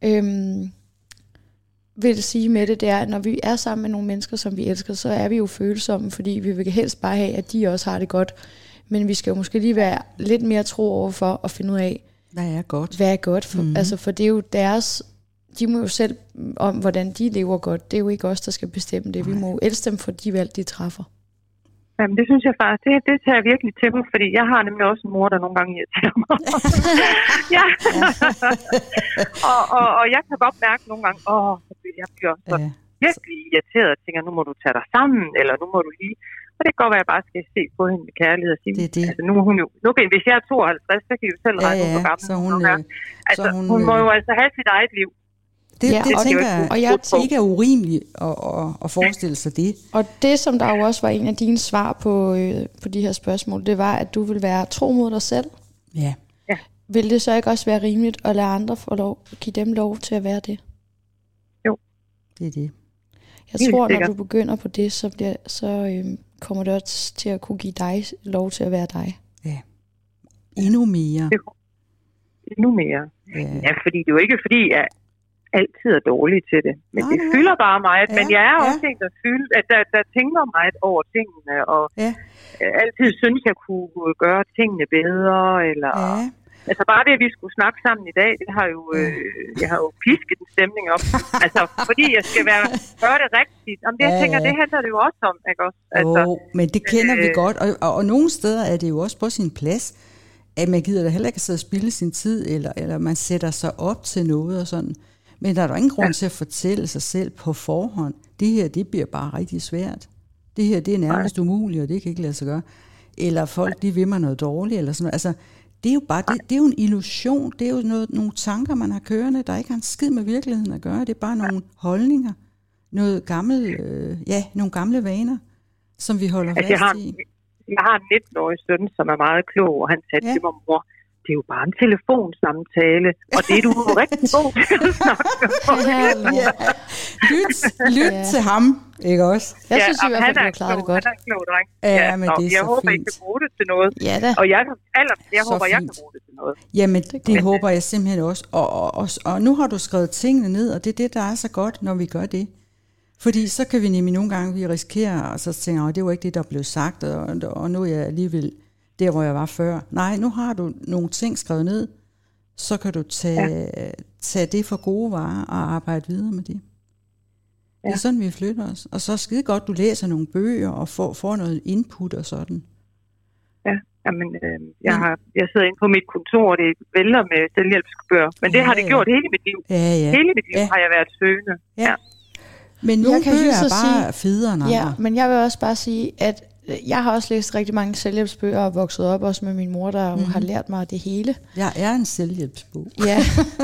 vil sige med det, er, at når vi er sammen med nogle mennesker, som vi elsker, så er vi jo følsomme, fordi vi vil helst bare have, at de også har det godt. Men vi skal jo måske lige være lidt mere tro overfor at finde ud af, hvad er godt. For det er jo deres... De må jo selv om, hvordan de lever godt. Det er jo ikke os, der skal bestemme det. Vi må jo elske dem for de valg, de træffer. Jamen, det synes jeg faktisk, det tager jeg virkelig til mig, fordi jeg har nemlig også en mor, der nogle gange irriterer mig. Ja. og jeg kan godt mærke nogle gange, jeg bliver så virkelig irriteret og tænker, nu må du tage dig sammen, eller nu må du lige... Og det kan godt være, at jeg bare skal se på hende med kærlighed og sige, det. Altså, nu er hun jo... hvis jeg er 52, så kan I jo selv regne ud, hvor gammel hun er. Altså, hun må jo altså have sit eget liv. Det tænker jeg ikke er urimeligt at forestille sig det. Og det, som der jo også var en af dine svar på de her spørgsmål, det var, at du vil være tro mod dig selv. Ja. Vil det så ikke også være rimeligt at lade andre give dem lov til at være det? Jo. Det er det. Jeg tror, når du begynder på det, så kommer det også til at kunne give dig lov til at være dig. Ja. Endnu mere. Endnu mere. Ja, fordi det er jo ikke fordi, at altid er dårlig til det. Men det fylder bare meget. Men jeg er også en, der tænker meget over tingene, og altid synes, jeg kunne gøre tingene bedre, eller... Altså bare det, at vi skulle snakke sammen i dag, det har jo, jeg har jo pisket en stemning op. Altså, fordi jeg skal gøre det rigtigt. Om det, jeg tænker, det handler det jo også om, ikke også? Altså, men det kender vi godt, og nogle steder er det jo også på sin plads, at man gider da heller ikke at sidde og spilde sin tid, eller man sætter sig op til noget og sådan. Men der er jo ingen grund til at fortælle sig selv på forhånd, det her, det bliver bare rigtig svært. Det her, det er nærmest umuligt, og det kan ikke lade sig gøre. Eller folk, de vil mig noget dårligt, eller sådan noget. Altså, det er jo bare, det er jo en illusion, det er jo nogle tanker, man har kørende, der ikke har en skid med virkeligheden at gøre. Det er bare nogle holdninger, noget nogle gamle vaner, som vi holder fast i. Jeg har en 19-årig søn, som er meget klog, og han sagde til mig, mor, det er jo bare en telefonsamtale, og det er du jo rigtig god til at snakke om. Lyt til ham, ikke også? Jeg synes i hvert fald, du har klaret det godt. Han er en klog dreng. Men det er jeg håber, I kan bruge det til noget. Ja da. Og jeg håber, jeg kan bruge det til noget. Jamen, det håber jeg simpelthen også. Og nu har du skrevet tingene ned, og det er det, der er så godt, når vi gør det. Fordi så kan vi nemlig nogle gange, vi risikerer, og så tænker jeg, det var ikke det, der blev sagt, og nu er jeg alligevel der, hvor jeg var før. Nej, nu har du nogle ting skrevet ned, så kan du tage det for gode varer og arbejde videre med det. Det er sådan, vi flytter os. Og så skide godt, du læser nogle bøger og får noget input og sådan. Jamen, jeg sidder inde på mit kontor, og det vælter med selvhjælpsbøger. Men det har det gjort hele mit liv. Ja. Hele mit liv har jeg været søgende. Ja. Men nogle bøger er bare federe end andre. Ja, men jeg vil også bare sige, at jeg har også læst rigtig mange selvhjælpsbøger og vokset op også med min mor, der har lært mig det hele. Jeg er en selvhjælpsbog. Ja.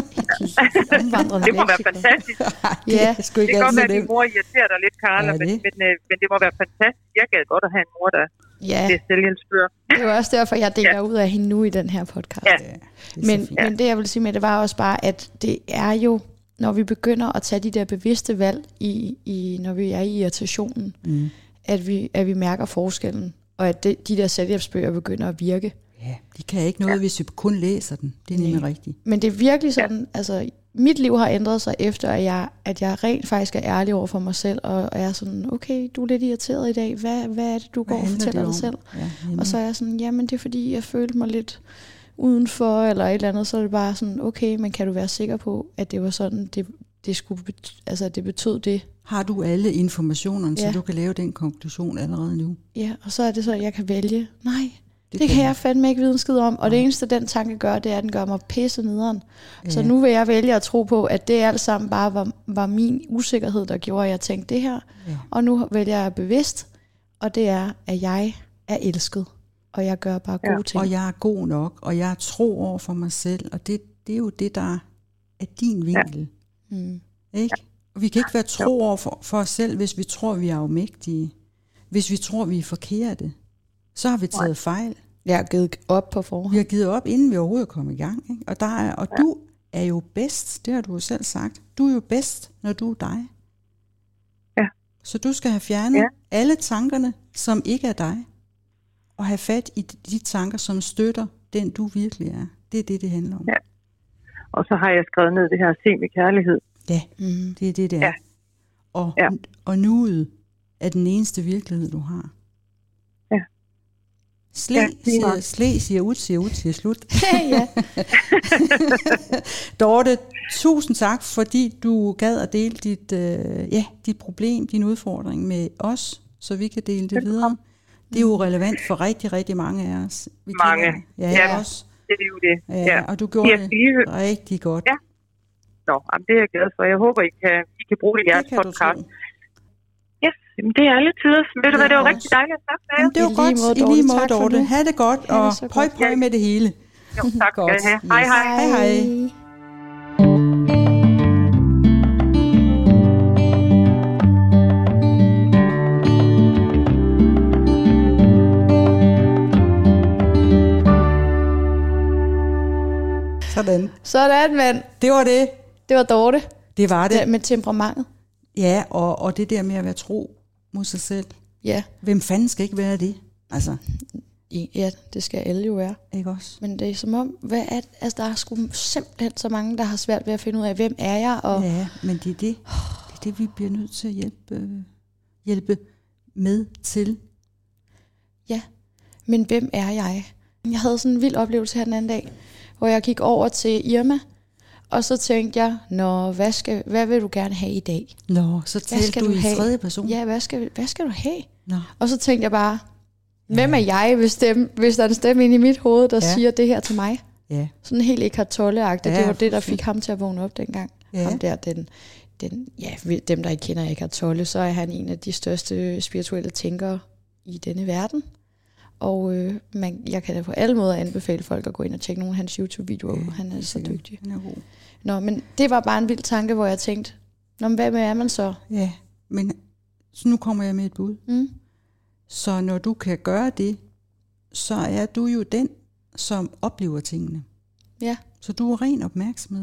Det må være fantastisk. Ja. Det kan godt være, at din mor irriterer dig lidt, Carla, men det må være fantastisk. Jeg gad godt at have en mor, der læser selvhjælpsbøger. Det er også derfor, jeg deler ud af hende nu i den her podcast. Ja. Men det, jeg vil sige med det, var også bare, at det er jo, når vi begynder at tage de der bevidste valg, når vi er i irritationen, at vi mærker forskellen, og at de der selvhjælpsbøger begynder at virke. Ja, de kan ikke noget, hvis vi kun læser den. Det er nemlig rigtigt. Men det er virkelig sådan, altså mit liv har ændret sig efter, at jeg rent faktisk er ærlig over for mig selv, og er sådan, okay, du er lidt irriteret i dag, hvad er det, du går og fortæller dig selv? Ja, og så er jeg sådan, jamen det er fordi, jeg følte mig lidt udenfor, eller et eller andet, så er det bare sådan, okay, men kan du være sikker på, at det var sådan, det skulle det betød det. Har du alle informationerne, så du kan lave den konklusion allerede nu? Ja, og så er det så, at jeg kan vælge, nej, det kan jeg fandme ikke vide en skid om. Og det eneste, den tanke gør, det er, at den gør mig pisse nederen. Ja. Så nu vil jeg vælge at tro på, at det alt sammen bare var min usikkerhed, der gjorde, at jeg tænkte det her. Ja. Og nu vælger jeg bevidst, og det er, at jeg er elsket. Og jeg gør bare gode ting. Og jeg er god nok, og jeg er tro over for mig selv. Og det er jo det, der er din vinkel. Ja. Ikke? Og vi kan ikke være tro over for os selv, hvis vi tror, vi er afmægtige. Hvis vi tror, vi er forkerte. Så har vi taget fejl. Jeg har givet op på forhånd. Vi har givet op, inden vi overhovedet kom i gang. Ikke? Og du er jo bedst, det har du jo selv sagt. Du er jo bedst, når du er dig. Ja. Så du skal have fjernet alle tankerne, som ikke er dig. Og have fat i de tanker, som støtter den, du virkelig er. Det er det handler om. Ja. Og så har jeg skrevet ned det her, se med kærlighed. Ja, det er det, det er. Ja. Og nuet er den eneste virkelighed, du har. Slæ siger ud, siger slut. Ja. Dorte, tusind tak, fordi du gad at dele dit problem, din udfordring med os, så vi kan dele det videre. Det er jo relevant for rigtig, rigtig mange af os. Mange. Også. Det er jo det. Ja, og du gjorde det rigtig godt. Ja. Det er jeg glad for. Jeg håber, I kan bruge det i jeres podcast. Yes, det er alle tider. Ved du hvad, det var rigtig dejligt at snakke med jer. Det var godt. I lige måde, Dorte. Ha' det godt, og prøv med det hele. Jo, tak skal I have. Hej, hej. Hej. Sådan, mand. Det var det. Det var Dorte. Det var det. Med temperamentet. Ja, og det der med at være tro mod sig selv. Ja. Hvem fanden skal ikke være det? Altså. Ja, det skal alle jo være. Ikke også? Men det er som om, der er sgu simpelthen så mange, der har svært ved at finde ud af, hvem er jeg? Og ja, men det er det, vi bliver nødt til at hjælpe med til. Ja, men hvem er jeg? Jeg havde sådan en vild oplevelse her den anden dag, hvor jeg gik over til Irma, og så tænkte jeg, hvad vil du gerne have i dag? Så talte du i tredje person? Ja, hvad skal du have? Og så tænkte jeg bare, hvem er jeg, hvis der er en stemme inde i mit hoved, der siger det her til mig? Ja. Sådan helt Eckhart Tolle-agtigt. Det var det, der fik ham til at vågne op dengang. Ja. Ham der, dem der ikke kender Eckhart Tolle, så er han en af de største spirituelle tænkere i denne verden. Og jeg kan da på alle måder anbefale folk at gå ind og tjekke nogle af hans YouTube-videoer. Han er så dygtig. Han er god. Men det var bare en vild tanke, hvor jeg tænkte, hvad er man så? Ja, men så nu kommer jeg med et bud. Så når du kan gøre det, så er du jo den, som oplever tingene. Ja. Så du er ren opmærksomhed.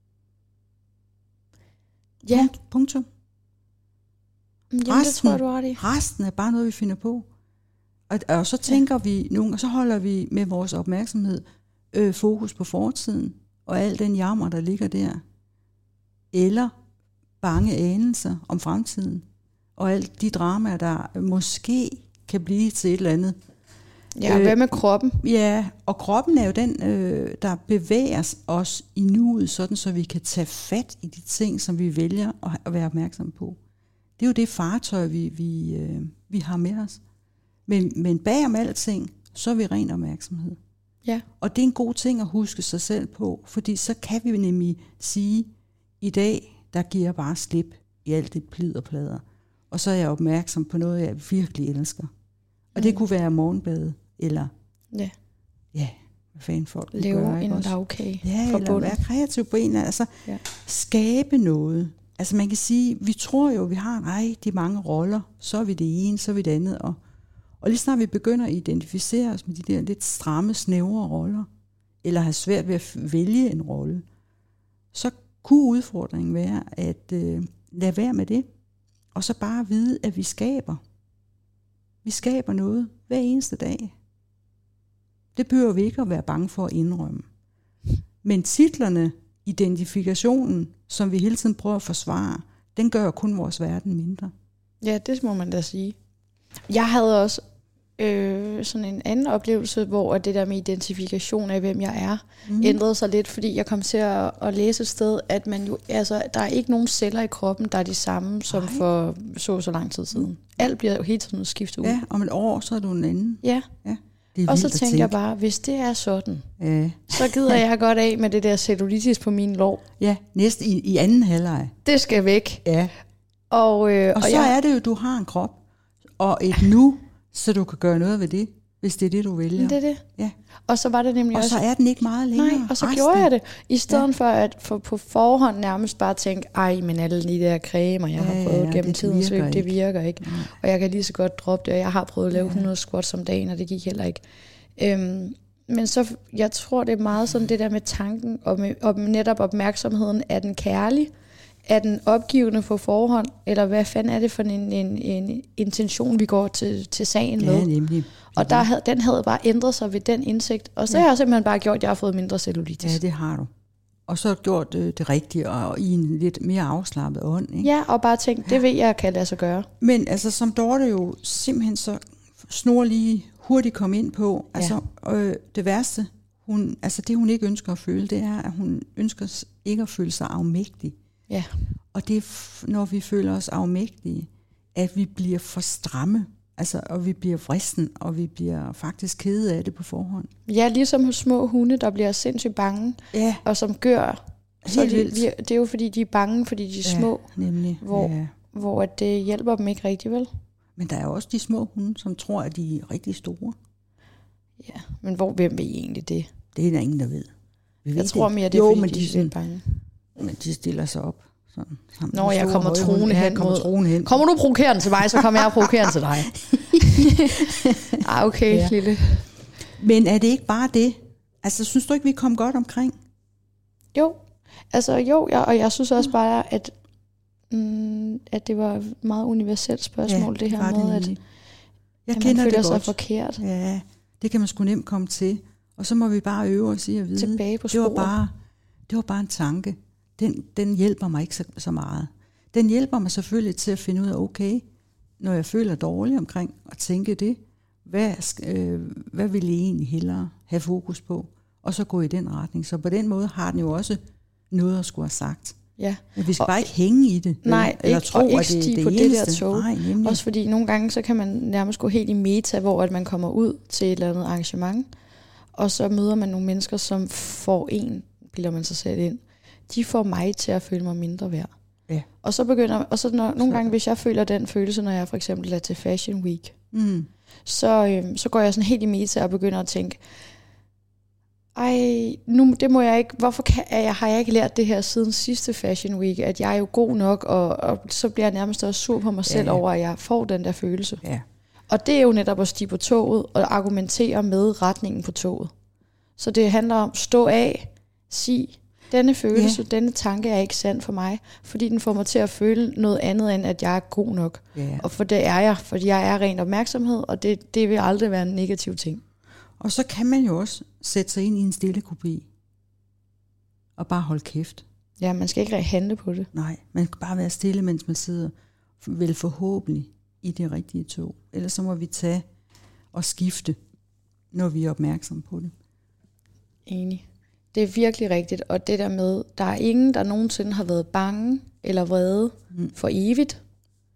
Ja. Punktum. Jamen, det tror jeg, du har det. Resten er bare noget, vi finder på. Og så tænker vi nogle, og så holder vi med vores opmærksomhed fokus på fortiden, og al den jammer, der ligger der. Eller bange anelser om fremtiden, og alt de dramaer, der måske kan blive til et eller andet. Ja, hvad med kroppen? Ja, og kroppen er jo den, der bevæger os i nuet, sådan så vi kan tage fat i de ting, som vi vælger at være opmærksomme på. Det er jo det fartøj, vi har med os. Men bagom alting, så er vi ren opmærksomhed. Ja. Og det er en god ting at huske sig selv på, fordi så kan vi nemlig sige, i dag, der giver jeg bare slip i alt det plid og plader. Og så er jeg opmærksom på noget, jeg virkelig elsker. Og det kunne være morgenbadet, eller hvad fanden folk leve gør, en lavkage ja, eller være kreativ på en, altså skabe noget. Altså man kan sige, vi tror jo, vi har de mange roller, så er vi det ene, så er vi det andet, og lige snart vi begynder at identificere os med de der lidt stramme, snævre roller, eller have svært ved at vælge en rolle, så kunne udfordringen være at lade være med det, og så bare vide, at vi skaber. Vi skaber noget hver eneste dag. Det behøver vi ikke at være bange for at indrømme. Men titlerne, identifikationen, som vi hele tiden prøver at forsvare, den gør kun vores verden mindre. Ja, det må man da sige. Jeg havde også sådan en anden oplevelse, hvor det der med identifikation af, hvem jeg er, ændrede sig lidt, fordi jeg kom til at læse et sted, at man jo, altså, der er ikke nogen celler i kroppen, der er de samme som for så lang tid siden. Alt bliver jo hele tiden skiftet ud. Ja, om et år, så er du en anden. Ja. Og så tænkte jeg bare, hvis det er sådan, så gider jeg godt af med det der cellulitis på min lår. Ja, næste i anden halvleg. Det skal væk. Ja. Og så er det jo, du har en krop og et nu, så du kan gøre noget ved det, hvis det er det, du vælger. Det er det. Ja. Og så var det nemlig og også... så er den ikke meget længere. Nej, og så gjorde jeg det. I stedet for at på forhånd nærmest bare tænke, men alle de der cremer, jeg har prøvet gennem tiden, så det virker ikke. Og jeg kan lige så godt droppe det, og jeg har prøvet at lave 100 squats om dagen, og det gik heller ikke. Men så, jeg tror, det er meget sådan det der med tanken, og netop opmærksomheden, er den kærlig? Er den opgivende på forhånd? Eller hvad fanden er det for en intention, vi går til sagen med? Ja, nemlig. Og den havde bare ændret sig ved den indsigt. Og så har jeg simpelthen bare gjort, at jeg har fået mindre cellulitis. Ja, det har du. Og så har du gjort det rigtige, og i en lidt mere afslappet ånd. Ikke? Ja, og bare tænkt, det ved jeg kan lade sig gøre. Men altså, som Dorte jo simpelthen så snorlige hurtigt kom ind på, altså det værste, det hun ikke ønsker at føle, det er, at hun ønsker ikke at føle sig afmægtig. Ja. Og det er, når vi føler os afmægtige, at vi bliver for stramme, og vi bliver vristen, og vi bliver faktisk kede af det på forhånd. Ja, ligesom hos små hunde, der bliver sindssygt bange, og som gør. Så det er jo fordi, de er bange, fordi de er små, nemlig. Hvor det hjælper dem ikke rigtig, vel? Men der er også de små hunde, som tror, at de er rigtig store. Ja, men hvem ved egentlig det? Det er der ingen, der ved. Jeg tror mere, det er fordi, de er bange. Men de stiller sig op. Sådan, når jeg kommer troende hen. Kommer du provokerende til mig, så kommer jeg provokerende til dig. Okay, lille. Men er det ikke bare det? Altså, synes du ikke, vi kom godt omkring? Jo. Og jeg synes også bare, at det var et meget universelt spørgsmål, det her med, at man føler sig forkert. Ja, det kan man sgu nemt komme til. Og så må vi bare øve os i at vide. Tilbage på sporet. Det var bare en tanke. Den hjælper mig ikke så meget. Den hjælper mig selvfølgelig til at finde ud af, okay, når jeg føler dårligt omkring at tænke det, hvad vil jeg egentlig hellere have fokus på? Og så gå i den retning. Så på den måde har den jo også noget at skulle have sagt. Ja. Men vi skal bare ikke hænge i det. Nej, eller ikke, tro, og ikke at stige på det der tog. Nej, også fordi nogle gange, så kan man nærmest gå helt i meta, hvor at man kommer ud til et eller andet arrangement, og så møder man nogle mennesker, som får bilder man sig selv ind. De får mig til at føle mig mindre værd. Ja. Og så nogle gange, hvis jeg føler den følelse, når jeg for eksempel er til Fashion Week, så går jeg sådan helt i meta og begynder at tænke, det må jeg ikke, har jeg ikke lært det her siden sidste Fashion Week, at jeg er jo god nok, og så bliver jeg nærmest også sur på mig selv over, at jeg får den der følelse. Ja. Og det er jo netop at stige på toget og argumentere med retningen på toget. Så det handler om stå af, sig, denne følelse, denne tanke er ikke sand for mig, fordi den får mig til at føle noget andet, end at jeg er god nok. Og for det er jeg, fordi jeg er ren opmærksomhed, og det vil aldrig være en negativ ting. Og så kan man jo også sætte sig ind i en stille kopi og bare holde kæft. Ja, man skal ikke handle på det. Nej, man kan bare være stille, mens man sidder vel forhåbentlig i det rigtige tog. Ellers så må vi tage og skifte, når vi er opmærksomme på det. Enig. Det er virkelig rigtigt, og det der med, der er ingen, der nogensinde har været bange eller vrede for evigt.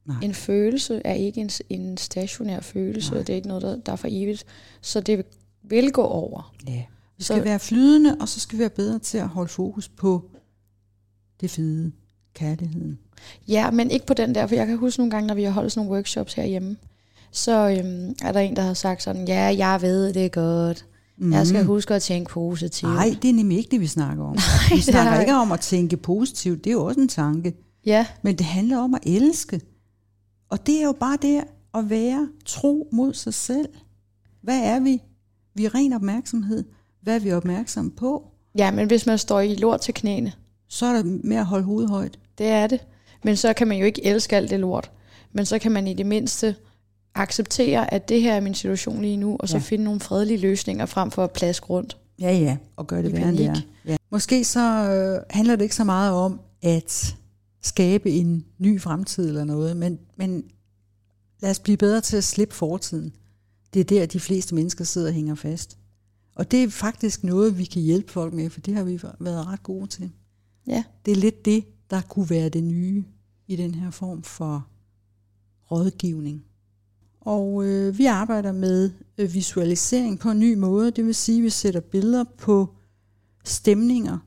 Nej. En følelse er ikke en stationær følelse, og det er ikke noget, der er for evigt. Så det vil gå over. Ja. Vi skal være flydende, og så skal vi være bedre til at holde fokus på det fede, kærligheden. Ja, men ikke på den der, for jeg kan huske nogle gange, når vi har holdt sådan nogle workshops herhjemme, så er der en, der har sagt sådan, ja, jeg ved det godt. Jeg skal huske at tænke positivt. Nej, det er nemlig ikke det, vi snakker om. Vi snakker ikke om at tænke positivt, det er jo også en tanke. Ja. Men det handler om at elske. Og det er jo bare det at være tro mod sig selv. Hvad er vi? Vi er ren opmærksomhed. Hvad er vi opmærksomme på? Ja, men hvis man står i lort til knæene, så er der med at holde hovedet højt. Det er det. Men så kan man jo ikke elske alt det lort. Men så kan man i det mindste acceptere, at det her er min situation lige nu, og så finde nogle fredelige løsninger frem for at plaske rundt. Ja, og gøre det værre end det er. Ja. Måske så handler det ikke så meget om at skabe en ny fremtid eller noget, men lad os blive bedre til at slippe fortiden. Det er der, de fleste mennesker sidder og hænger fast. Og det er faktisk noget, vi kan hjælpe folk med, for det har vi været ret gode til. Ja. Det er lidt det, der kunne være det nye i den her form for rådgivning. Og vi arbejder med visualisering på en ny måde. Det vil sige, at vi sætter billeder på stemninger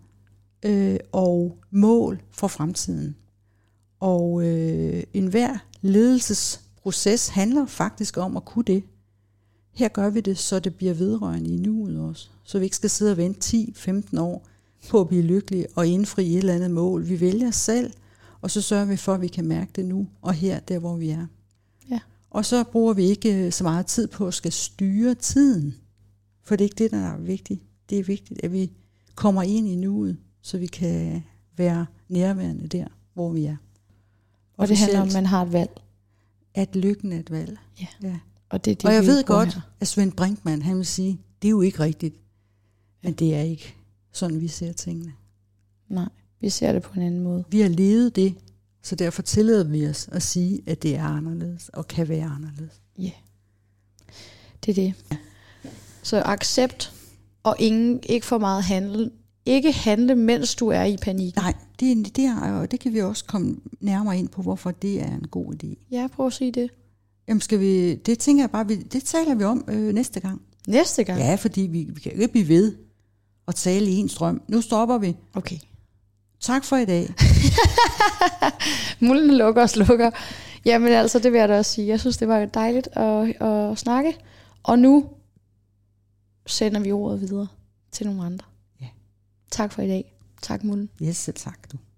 og mål for fremtiden. Og enhver ledelsesproces handler faktisk om at kunne det. Her gør vi det, så det bliver vedrørende i nuet også. Så vi ikke skal sidde og vente 10-15 år på at blive lykkelige og indfri et eller andet mål. Vi vælger selv, og så sørger vi for, at vi kan mærke det nu og her, der hvor vi er. Ja. Og så bruger vi ikke så meget tid på at skal styre tiden. For det er ikke det, der er vigtigt. Det er vigtigt, at vi kommer ind i nuet, så vi kan være nærværende der, hvor vi er. Og det handler om, at man har et valg. At lykken er et valg. Ja. Og det er det, og jeg ved godt, at Svend Brinkmann, han vil sige, det er jo ikke rigtigt. Men det er ikke sådan, vi ser tingene. Nej, vi ser det på en anden måde. Vi har levet det, så derfor tillader vi os at sige, at det er anderledes, og kan være anderledes. Ja, det er det. Ja. Så accept, og ikke for meget handle. Ikke handle, mens du er i panik. Nej, det kan vi også komme nærmere ind på, hvorfor det er en god idé. Ja, prøv at sige det. Jamen det tænker jeg bare, det taler vi om næste gang. Næste gang? Ja, fordi vi kan ikke blive ved at tale i en strøm. Nu stopper vi. Okay. Tak for i dag. Mulden lukker og slukker. Jamen altså, det vil jeg da også sige. Jeg synes, det var dejligt at snakke. Og nu sender vi ordet videre til nogle andre. Ja. Tak for i dag. Tak, Mulden. Yes, selv tak du.